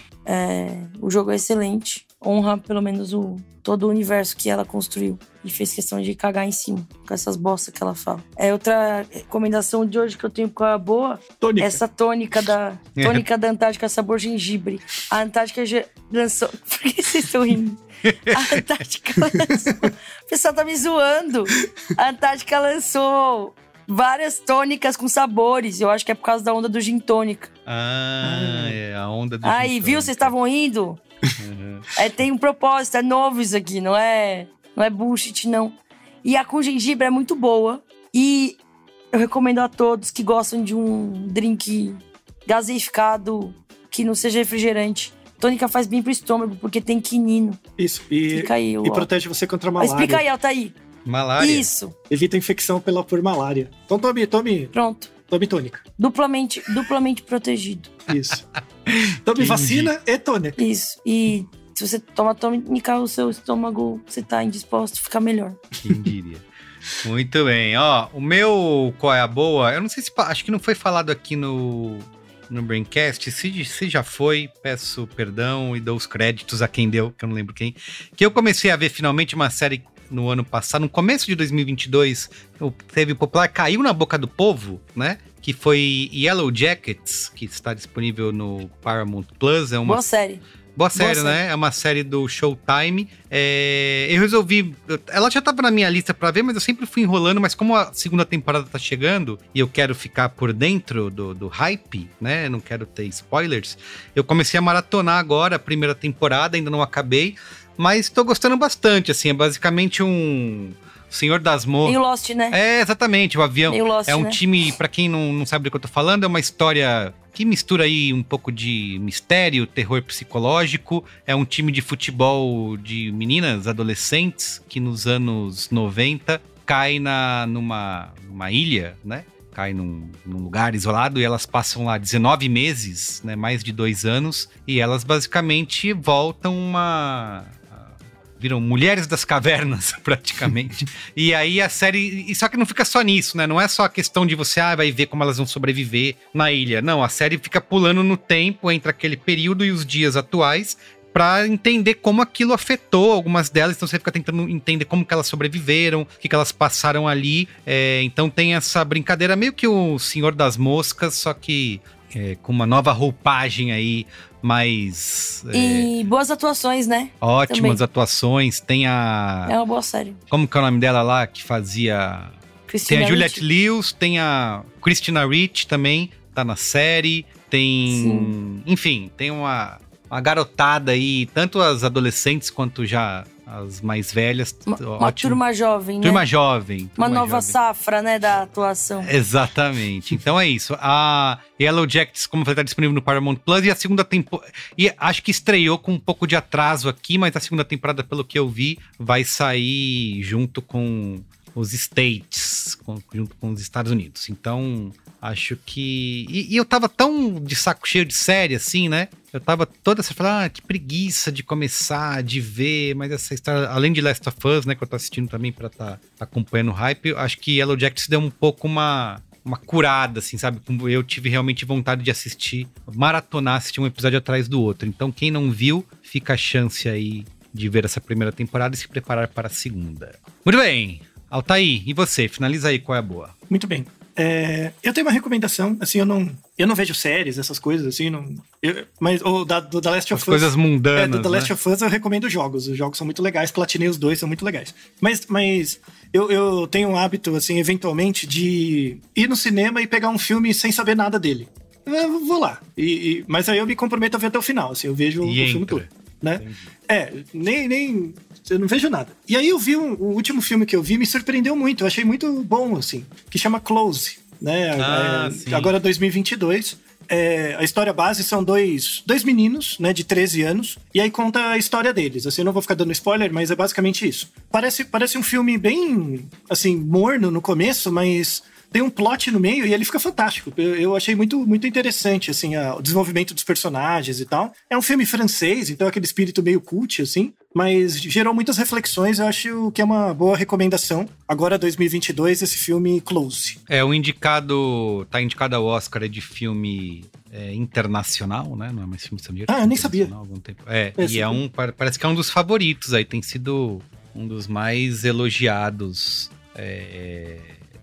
é, o jogo é excelente. Honra, pelo menos, o, todo o universo que ela construiu. E fez questão de cagar em cima, com essas bostas que ela fala. É outra recomendação de hoje que eu tenho com a boa. Tônica. Essa tônica da, tônica da Antártica sabor gengibre. A Antártica já lançou... Por que vocês estão rindo? A Antártica lançou... O pessoal tá me zoando. A Antártica lançou várias tônicas com sabores. Eu acho que é por causa da onda do gin tônica. Ah, é a onda do Aí, gin viu? Vocês estavam rindo? Uhum. É, tem um propósito, é novo isso aqui, não é, não é bullshit, não. E a com gengibre é muito boa. E eu recomendo a todos que gostam de um drink gaseificado, que não seja refrigerante. Tônica faz bem pro estômago, porque tem quinino. Isso, e, Fica aí, e protege você contra a malária. Explica aí, Altair. Malária? Isso. Evita infecção pela, por malária. Então tome, tome... Pronto. Tome tônica. Duplamente, duplamente protegido. Isso. Tome vacina e tônica. Isso. E se você toma tônica, o seu estômago, você tá indisposto, fica melhor. Quem diria? Muito bem. Ó, o meu Qual é a Boa? Eu não sei se... Acho que não foi falado aqui no... no Braincast, se, se já foi, peço perdão e dou os créditos a quem deu, que eu não lembro quem, que eu comecei a ver finalmente uma série no ano passado, no começo de dois mil e vinte e dois, teve o popular Caiu na Boca do Povo, né, que foi Yellow Jackets, que está disponível no Paramount Plus. É uma boa série. Boa série, Boa né? série. É uma série do Showtime. É, eu resolvi... Ela já tava na minha lista pra ver, mas eu sempre fui enrolando. Mas como a segunda temporada tá chegando e eu quero ficar por dentro do, do hype, né? Não quero ter spoilers. Eu comecei a maratonar agora a primeira temporada, ainda não acabei. Mas tô gostando bastante, assim. É basicamente um... Senhor das Moscas. Meio Lost, né? É, exatamente. O avião Meio Lost, é um né? time, pra quem não, não sabe do que eu tô falando, é uma história que mistura aí um pouco de mistério, terror psicológico. É um time de futebol de meninas, adolescentes, que nos anos noventa cai na, numa, numa ilha, né? Cai num, num lugar isolado e elas passam lá dezenove meses, né? Mais de dois anos. E elas basicamente voltam uma... viram mulheres das cavernas, praticamente. E aí a série... E só que não fica só nisso, né? Não é só a questão de você, ah, vai ver como elas vão sobreviver na ilha. Não, a série fica pulando no tempo entre aquele período e os dias atuais pra entender como aquilo afetou algumas delas. Então você fica tentando entender como que elas sobreviveram, o que que elas passaram ali. É, então tem essa brincadeira meio que o Senhor das Moscas, só que é, com uma nova roupagem aí, mais... E é, boas atuações, né? ótimas Também. atuações. Tem a... É uma boa série. Como que é o nome dela lá, que fazia... Christina tem a Juliette Ricci. Lewis, tem a Christina Ricci também, tá na série. Tem... Sim. Enfim, tem uma, uma garotada aí, tanto as adolescentes quanto já as mais velhas. Uma, uma ótimo. turma jovem, né? Turma jovem. Uma turma nova jovem. safra, né, da atuação. Exatamente. Então é isso. A Yellow Jackets, como eu falei, tá disponível no Paramount Plus. E a segunda temporada... E acho que estreou com um pouco de atraso aqui, mas a segunda temporada, pelo que eu vi, vai sair junto com os States, com, junto com os Estados Unidos. Então, acho que... E, e eu tava tão de saco cheio de série, assim, né? Eu tava toda assim, falando, ah, que preguiça de começar, de ver, mas essa história, além de Last of Us, né, que eu tô assistindo também pra tá, tá acompanhando o hype, eu acho que Yellow Jackets deu um pouco uma, uma curada, assim, sabe? Como eu tive realmente vontade de assistir, maratonar, assistir um episódio atrás do outro. Então, quem não viu, fica a chance aí de ver essa primeira temporada e se preparar para a segunda. Muito bem, Altair, e você? Finaliza aí, qual é a boa? Muito bem. É, eu tenho uma recomendação, assim, eu não, eu não vejo séries, essas coisas, assim, não, eu, mas o da, do The Last of Us... As coisas mundanas, é, do The Last né? of Us eu recomendo jogos, os jogos são muito legais, platinei os dois, são muito legais. Mas, mas eu, eu tenho um hábito, assim, eventualmente, de ir no cinema e pegar um filme sem saber nada dele. Eu vou lá, e, e, mas aí eu me comprometo a ver até o final, assim, eu vejo E o filme entra. todo, né? É, nem... nem eu não vejo nada. E aí eu vi, um, o último filme que eu vi me surpreendeu muito, eu achei muito bom, assim, que chama Close, né? Ah, é, sim. agora dois mil e vinte e dois. É, a história base são dois, dois meninos, né, de treze anos, e aí conta a história deles. Assim, eu não vou ficar dando spoiler, mas é basicamente isso. Parece, parece um filme bem, assim, morno no começo, mas tem um plot no meio e ele fica fantástico. Eu, eu achei muito, muito interessante, assim, a, o desenvolvimento dos personagens e tal. É um filme francês, então é aquele espírito meio cult, assim. mas gerou muitas reflexões. Eu acho que é uma boa recomendação. Agora, dois mil e vinte e dois, esse filme Close. É, o indicado... Tá indicado ao Oscar é de filme é, internacional, né? Não é mais filme estrangeiro. Ah, eu nem sabia. Algum tempo. É, Esse e é um... Parece que é um dos favoritos aí. Tem sido um dos mais elogiados. É...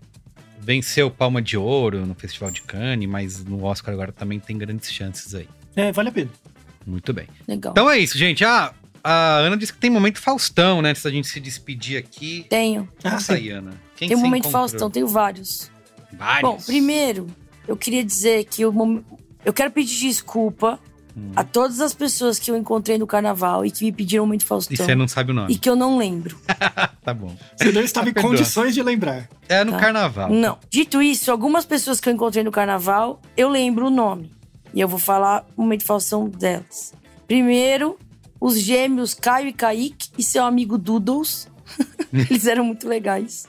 Venceu Palma de Ouro no Festival de Cannes, mas no Oscar agora também tem grandes chances aí. É, vale a pena. Muito bem. Legal. Então é isso, gente. Ah, a Ana disse que tem momento Faustão, né? Antes da gente se despedir aqui. Tenho. Nossa, aí, Ana. Quem tem um você momento encontrou? Faustão, tenho vários. Vários? Bom, primeiro, eu queria dizer que eu, eu quero pedir desculpa hum. a todas as pessoas que eu encontrei no carnaval e que me pediram muito Faustão. E você não sabe o nome. E que eu não lembro. Tá bom. Você não estava em condições de lembrar. É no tá. carnaval. Não. Dito isso, algumas pessoas que eu encontrei no carnaval, eu lembro o nome. E eu vou falar o momento Faustão delas. Primeiro, os gêmeos Caio e Kaique e seu amigo Doodles. Eles eram muito legais.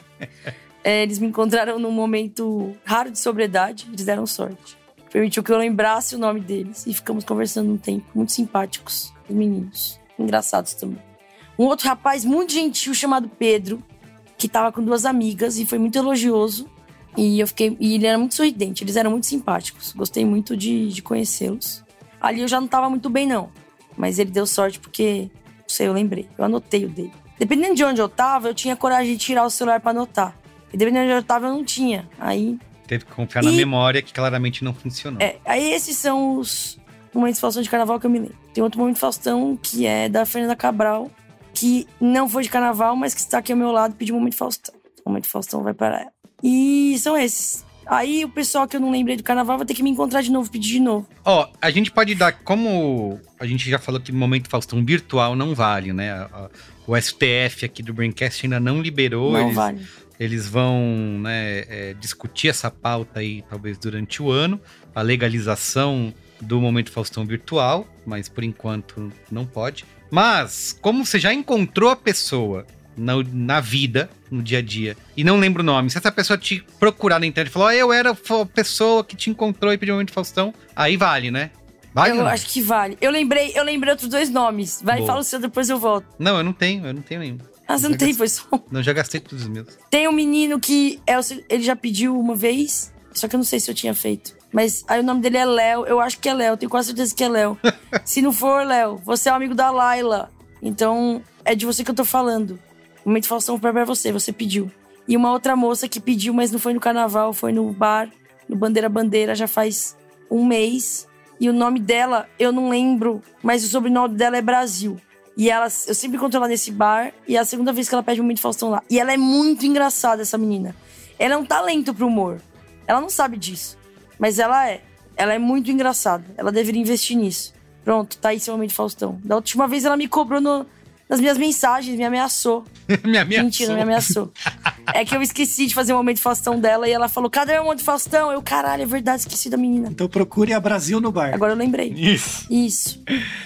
É, eles me encontraram num momento raro de sobriedade. Eles deram sorte. Permitiu que eu lembrasse o nome deles. E ficamos conversando um tempo. Muito simpáticos, os meninos. Engraçados também. Um outro rapaz muito gentil chamado Pedro, que tava com duas amigas e foi muito elogioso. E eu fiquei. E ele era muito sorridente, eles eram muito simpáticos. Gostei muito de, de conhecê-los. Ali eu já não tava muito bem, não. Mas ele deu sorte porque, não sei, eu lembrei. Eu anotei o dele. Dependendo de onde eu tava, eu tinha coragem de tirar o celular pra anotar. E dependendo de onde eu tava, eu não tinha. Aí. Teve que confiar e, na memória, que claramente não funcionou. É, aí esses são os momentos Faustão de carnaval que eu me lembro. Tem outro momento Faustão que é da Fernanda Cabral, que não foi de carnaval, mas que está aqui ao meu lado e pediu um momento Faustão. O momento Faustão vai para ela. E são esses. Aí o pessoal que eu não lembrei do carnaval vai ter que me encontrar de novo, pedir de novo. Ó, oh, a gente pode dar, como a gente já falou que momento Faustão virtual não vale, né? O S T F aqui do Braincast ainda não liberou. Não eles, vale. Eles vão, né, é, discutir essa pauta aí, talvez durante o ano, a legalização do momento Faustão virtual, mas por enquanto não pode. Mas, como você já encontrou a pessoa na, na vida, no dia a dia, e não lembra o nome, se essa pessoa te procurar na internet e falar, oh, eu era a pessoa que te encontrou e pediu um momento Faustão, aí vale, né? Vale, eu não? acho que vale. Eu lembrei, eu lembrei outros dois nomes. Vai, Boa. fala o seu, depois eu volto. Não, eu não tenho, eu não tenho nenhum. Ah, você não tem, foi só um. Não, já gastei todos os meus. Tem um menino que é o, ele já pediu uma vez, só que eu não sei se eu tinha feito. Mas aí o nome dele é Léo, eu acho que é Léo, tenho quase certeza que é Léo. Se não for, Léo, você é um amigo da Laila. Então, é de você que eu tô falando. O momento Faustão foi pra você, você pediu. E uma outra moça que pediu, mas não foi no carnaval, foi no bar, no Bandeira Bandeira, já faz um mês. E o nome dela, eu não lembro, mas o sobrenome dela é Brasil. E ela, eu sempre encontro ela nesse bar, e é a segunda vez que ela pede um momento Faustão lá. E ela é muito engraçada, essa menina. Ela é um talento pro humor. Ela não sabe disso, mas ela é. Ela é muito engraçada. Ela deveria investir nisso. Pronto, tá aí seu momento Faustão. Da última vez ela me cobrou no, nas minhas mensagens, me ameaçou. me ameaçou? Mentira, me ameaçou. É que eu esqueci de fazer o momento Faustão dela e ela falou, cadê o momento Faustão? Eu, caralho, é verdade, esqueci da menina. Então procure a Brasil no bar. Agora eu lembrei. Isso. Isso.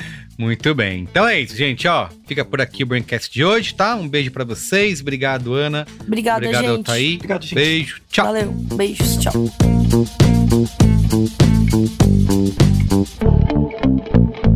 Muito bem. Então é isso, gente, ó. Fica por aqui o Braincast de hoje, tá? Um beijo pra vocês. Obrigado, Ana. Obrigada, Obrigado, gente. Altair. Obrigado, gente. Beijo. Tchau. Valeu. Beijos. Tchau.